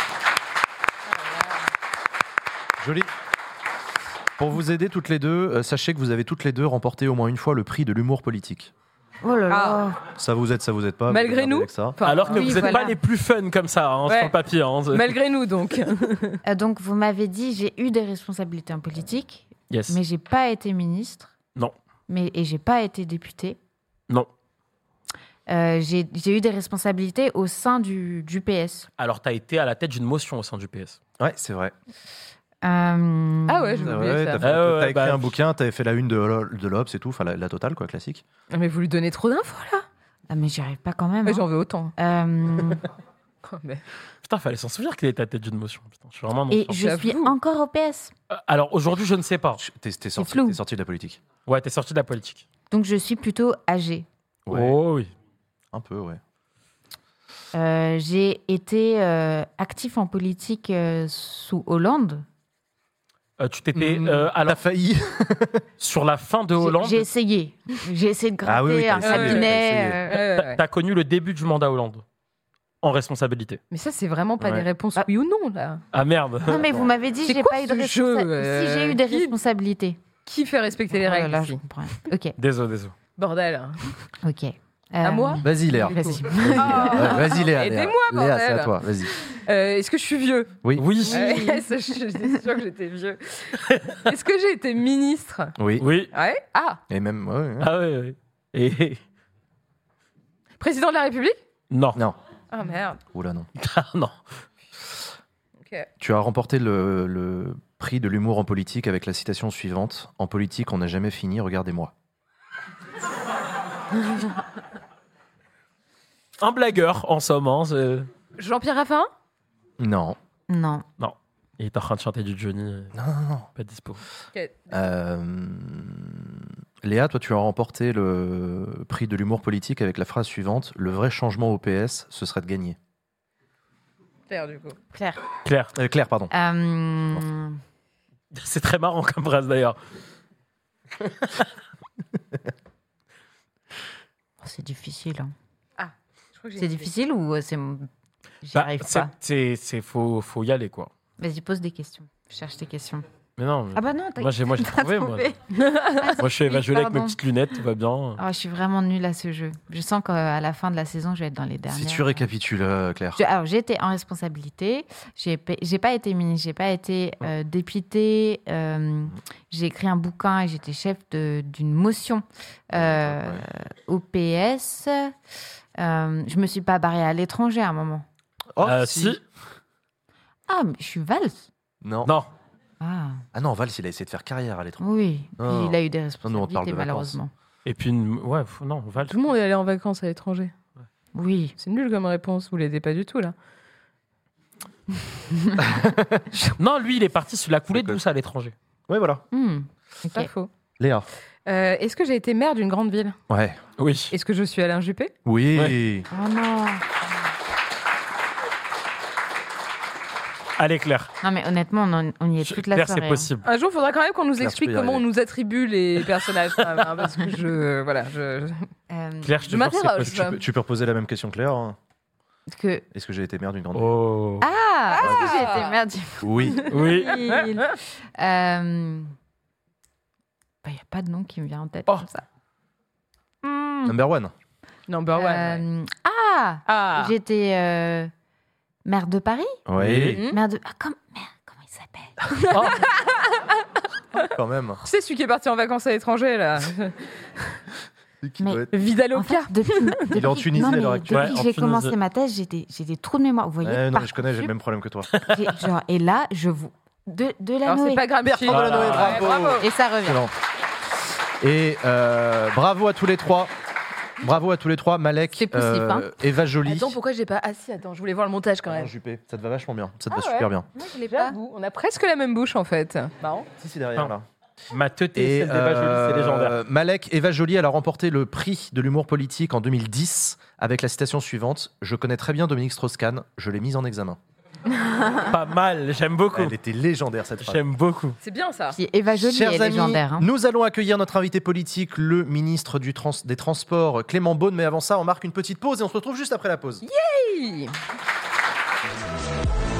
Speaker 1: Joli. Pour vous aider toutes les deux, euh, sachez que vous avez toutes les deux remporté au moins une fois le prix de l'humour politique.
Speaker 4: Oh là là.
Speaker 3: Ah.
Speaker 1: Ça vous aide, ça vous aide pas.
Speaker 3: Malgré
Speaker 1: vous regardez
Speaker 3: nous
Speaker 1: avec ça.
Speaker 3: Enfin,
Speaker 5: Alors que
Speaker 4: oui,
Speaker 5: vous n'êtes
Speaker 4: voilà.
Speaker 5: pas les plus fun comme ça hein,
Speaker 3: Ouais.
Speaker 5: sur le papier. Hein.
Speaker 3: malgré nous, donc.
Speaker 4: Euh, donc, vous m'avez dit, j'ai eu des responsabilités en politique,
Speaker 5: Yes.
Speaker 4: mais j'ai pas été ministre.
Speaker 5: Non.
Speaker 4: Mais, et j'ai pas été députée.
Speaker 5: Non.
Speaker 4: Euh, j'ai j'ai eu des responsabilités au sein du, du P S.
Speaker 5: Alors tu as été à la tête d'une motion au sein du P S.
Speaker 1: Ouais, c'est vrai.
Speaker 4: Euh,
Speaker 3: Ah ouais, je
Speaker 1: C'est
Speaker 3: oublié
Speaker 1: vrai,
Speaker 3: ça.
Speaker 1: T'as fait-
Speaker 5: Ah ouais,
Speaker 1: t'as
Speaker 5: ouais,
Speaker 1: écrit
Speaker 5: bah-
Speaker 1: un bouquin, t'avais fait la une de, l'O- de l'Obs et tout, enfin la, la totale, quoi, classique.
Speaker 3: Ah, mais vous lui donnez trop d'infos, là.
Speaker 4: Ah, mais j'y arrive pas quand même.
Speaker 3: Mais
Speaker 4: hein.
Speaker 3: j'en veux autant.
Speaker 4: Euh,
Speaker 3: Oh, mais-
Speaker 5: Putain, fallait s'en souvenir qu'il était à la tête d'une motion. Putain, je suis vraiment un
Speaker 4: et
Speaker 5: enfant.
Speaker 4: je suis
Speaker 3: J'avoue.
Speaker 4: encore au P S.
Speaker 5: Euh, Alors aujourd'hui, je ne sais pas.
Speaker 1: T'es, t'es sorti,
Speaker 4: flou.
Speaker 1: t'es sorti de la politique.
Speaker 5: Ouais, t'es sorti de la politique.
Speaker 4: Donc, je suis plutôt âgée.
Speaker 1: Ouais.
Speaker 5: Oh oui.
Speaker 1: Un peu, ouais.
Speaker 4: Euh, j'ai été euh, actif en politique euh, sous Hollande.
Speaker 5: Euh, tu t'étais
Speaker 1: Mmh,
Speaker 5: euh, alors
Speaker 1: T'as failli.
Speaker 5: sur la fin de
Speaker 4: J'ai-
Speaker 5: Hollande.
Speaker 4: J'ai essayé. J'ai essayé de gratter
Speaker 1: Ah oui, oui, t'as
Speaker 4: un
Speaker 1: essayé,
Speaker 3: t'as
Speaker 4: cabinet.
Speaker 1: essayé.
Speaker 4: euh,
Speaker 3: Ouais, ouais,
Speaker 5: T'as
Speaker 3: ouais.
Speaker 5: t'as connu le début du mandat Hollande en responsabilité.
Speaker 3: Mais ça, c'est vraiment pas
Speaker 1: Ouais.
Speaker 3: des réponses
Speaker 4: Ah.
Speaker 3: oui ou non, là.
Speaker 5: Ah merde.
Speaker 4: Non, mais vous m'avez dit
Speaker 3: C'est
Speaker 4: j'ai
Speaker 3: quoi
Speaker 4: pas eu de
Speaker 3: ce jeu,
Speaker 4: responsabilité. Si, j'ai eu des
Speaker 3: euh, qui-
Speaker 4: responsabilités.
Speaker 3: Qui fait respecter les
Speaker 4: Oh là
Speaker 3: règles
Speaker 4: là,
Speaker 3: ici
Speaker 4: je comprends. Ok,
Speaker 5: Désolé, désolé.
Speaker 3: Bordel.
Speaker 4: ok.
Speaker 3: À
Speaker 4: Euh,
Speaker 3: moi
Speaker 1: Vas-y, Léa.
Speaker 4: Vas-y.
Speaker 3: Ah.
Speaker 1: Ouais, Vas-y, Léa. Léa.
Speaker 3: Aidez-moi,
Speaker 1: Léa, c'est à
Speaker 3: bordel.
Speaker 1: toi, vas-y.
Speaker 3: Euh, Est-ce que je suis vieux
Speaker 1: Oui.
Speaker 5: Oui.
Speaker 3: Ouais, ça, j'étais sûre que j'étais vieux. Est-ce que j'ai été ministre
Speaker 1: Oui.
Speaker 5: Oui.
Speaker 3: Ouais. Ah,
Speaker 1: Et même, ouais, ouais.
Speaker 5: Ah oui, oui. Et
Speaker 3: président de la République
Speaker 5: non.
Speaker 1: Non.
Speaker 3: Ah merde.
Speaker 1: Oula, non.
Speaker 5: Ah, non.
Speaker 3: Ok.
Speaker 1: Tu as remporté le, le prix de l'humour en politique avec la citation suivante. En politique, on n'a jamais fini, regardez-moi.
Speaker 5: Un blagueur, en somme. Hein, c'est-
Speaker 3: Jean-Pierre Raffarin
Speaker 1: Non.
Speaker 4: Non.
Speaker 5: Il est en train de chanter du Johnny. euh,
Speaker 1: Non, non, non.
Speaker 5: Pas dispo.
Speaker 3: Ok.
Speaker 1: Euh, Léa, toi, tu as remporté le prix de l'humour politique avec la phrase suivante. Le vrai changement au P S, ce serait de gagner.
Speaker 3: Claire, du coup.
Speaker 4: Claire.
Speaker 5: Claire.
Speaker 1: Euh, Claire, pardon.
Speaker 4: Euh,
Speaker 5: C'est très marrant comme phrase d'ailleurs.
Speaker 4: C'est difficile. hein.
Speaker 3: Je crois que j'ai
Speaker 4: C'est
Speaker 3: été-
Speaker 4: difficile ou euh, c'est. J'y
Speaker 5: Bah,
Speaker 4: arrive
Speaker 5: c'est-
Speaker 4: pas.
Speaker 5: c'est, c'est, faut, faut y aller quoi.
Speaker 4: Vas-y, pose des questions. Je cherche tes questions.
Speaker 5: Mais non. mais-
Speaker 4: Ah bah non, t'as
Speaker 5: moi j'ai, moi j'ai
Speaker 4: t'as
Speaker 5: trouvé. Moi.
Speaker 4: trouvé.
Speaker 5: moi je suis Eva
Speaker 4: Oui,
Speaker 5: Joly avec mes
Speaker 4: pardon.
Speaker 5: petites lunettes, tout va bien.
Speaker 4: Ah, je suis vraiment nulle à ce jeu. Je sens qu'à la fin de la saison, je vais être dans les dernières.
Speaker 1: Si tu récapitules, euh, Claire.
Speaker 4: Je- alors, j'ai été en responsabilité. J'ai pa- j'ai pas été ministre, j'ai pas été euh, députée. euh, j'ai écrit un bouquin et j'étais chef de- d'une motion euh,
Speaker 1: Ouais.
Speaker 4: au P S. Euh, je me suis pas barrée à l'étranger à un moment.
Speaker 1: Oh,
Speaker 5: Euh, si.
Speaker 4: Ah, mais je suis valse.
Speaker 1: Non.
Speaker 5: Non.
Speaker 4: Ah,
Speaker 1: Ah non, Valls, il a essayé de faire carrière à l'étranger.
Speaker 4: oui. Puis
Speaker 1: Non.
Speaker 4: il a eu des
Speaker 1: nous, on
Speaker 4: responsabilités,
Speaker 1: parle de vacances.
Speaker 4: malheureusement.
Speaker 5: Et puis, une- ouais, faut- non, Val.
Speaker 3: Tout le monde est allé en vacances à l'étranger.
Speaker 4: Oui.
Speaker 3: C'est nul comme réponse. Vous l'aidez pas du tout, là.
Speaker 5: Non, lui, il est parti sur la coulée
Speaker 1: D'accord.
Speaker 5: douce à l'étranger.
Speaker 1: Ouais, voilà.
Speaker 4: Hmm, ok.
Speaker 3: Pas faux.
Speaker 1: Léa.
Speaker 3: Euh, Est-ce que j'ai été maire d'une grande ville
Speaker 1: Ouais.
Speaker 5: Oui.
Speaker 3: Est-ce que je suis Alain Juppé
Speaker 1: Oui.
Speaker 5: Ouais.
Speaker 4: Oh non.
Speaker 5: Allez, Claire.
Speaker 4: Non, mais honnêtement, on, en- on y est toute la
Speaker 5: Claire,
Speaker 4: soirée.
Speaker 5: c'est
Speaker 4: hein.
Speaker 5: possible.
Speaker 3: Un jour, il faudra quand même qu'on nous
Speaker 1: Claire, tu
Speaker 3: explique
Speaker 1: peux y
Speaker 3: comment on
Speaker 1: arriver.
Speaker 3: nous attribue les personnages. quand même, hein, parce que je. Voilà, je.
Speaker 4: Euh,
Speaker 5: Claire, je te
Speaker 3: Je
Speaker 5: jure, c'est
Speaker 3: m'interroge.
Speaker 5: possible.
Speaker 1: Tu peux, tu peux reposer la même question, Claire. hein.
Speaker 4: que...
Speaker 1: Est-ce que j'ai été maire d'une grande ville
Speaker 5: Oh.
Speaker 4: Ah, est-ce que j'ai été merde
Speaker 1: Oui.
Speaker 5: Oui.
Speaker 4: Il euh... bah, y a pas de nom qui me vient en tête
Speaker 5: Oh.
Speaker 4: comme ça. Hmm.
Speaker 1: Number one.
Speaker 3: Number one. ouais.
Speaker 4: Euh, Ah,
Speaker 3: Ah.
Speaker 4: j'étais euh, maire de Paris.
Speaker 1: Oui,
Speaker 3: Mhm.
Speaker 4: Maire de... Ah, comme... Merde, comment il s'appelle
Speaker 1: quand même.
Speaker 3: Tu sais, celui qui est parti en vacances à l'étranger, là.
Speaker 1: Qui
Speaker 4: Mais-
Speaker 1: doit être-
Speaker 4: En
Speaker 3: Vidalopia.
Speaker 4: fait, depuis, depuis-
Speaker 1: Il est en Tunisie,
Speaker 4: non,
Speaker 1: à
Speaker 4: mais
Speaker 1: l'heure actuelle.
Speaker 4: Depuis
Speaker 5: Ouais,
Speaker 4: que
Speaker 5: en
Speaker 4: j'ai
Speaker 5: Tunisie.
Speaker 4: commencé ma thèse, j'ai des, j'ai des trous de mémoire. Vous voyez,
Speaker 1: Ouais, non,
Speaker 4: par
Speaker 1: mais je connais, j'ai le
Speaker 4: Parcoursup,
Speaker 1: même problème que toi.
Speaker 4: j'ai- genre, et là, je vous... De, de la
Speaker 3: Alors, c'est
Speaker 4: Noé.
Speaker 3: pas grave.
Speaker 1: Bertrand Delanoë,
Speaker 3: Ouais,
Speaker 1: bravo.
Speaker 4: Et ça revient.
Speaker 1: Excellent. Et euh, bravo à tous les trois. Bravo à tous les trois. Malek,
Speaker 4: C'est poussif, hein.
Speaker 1: Eva Joly.
Speaker 3: Attends, pourquoi j'ai pas assis Attends, je voulais voir le montage quand
Speaker 1: Alain
Speaker 3: même.
Speaker 1: Juppé. Ça te va vachement bien. Ça te va
Speaker 3: Ah ouais.
Speaker 1: super bien.
Speaker 4: Moi, je l'ai pas.
Speaker 3: J'avoue, on a presque la même bouche en fait. Marrant.
Speaker 1: Si, c'est derrière là.
Speaker 5: Ma tête et
Speaker 1: Et
Speaker 5: celle d'Eva Joly, c'est
Speaker 1: euh,
Speaker 5: légendaire.
Speaker 1: Malek, Eva Joly, elle a remporté le prix de l'humour politique en deux mille dix avec la citation suivante: je connais très bien Dominique Strauss-Kahn, je l'ai mise en examen.
Speaker 5: Pas mal, j'aime beaucoup.
Speaker 1: Elle était légendaire cette phrase.
Speaker 5: J'aime beaucoup.
Speaker 3: C'est bien ça.
Speaker 4: Puis Eva Joly
Speaker 1: Chers
Speaker 4: est
Speaker 1: amis,
Speaker 4: légendaire. hein.
Speaker 1: nous allons accueillir notre invité politique, le ministre du trans- des Transports, Clément Beaune. Mais avant ça, on marque une petite pause et on se retrouve juste après la pause.
Speaker 3: Hey.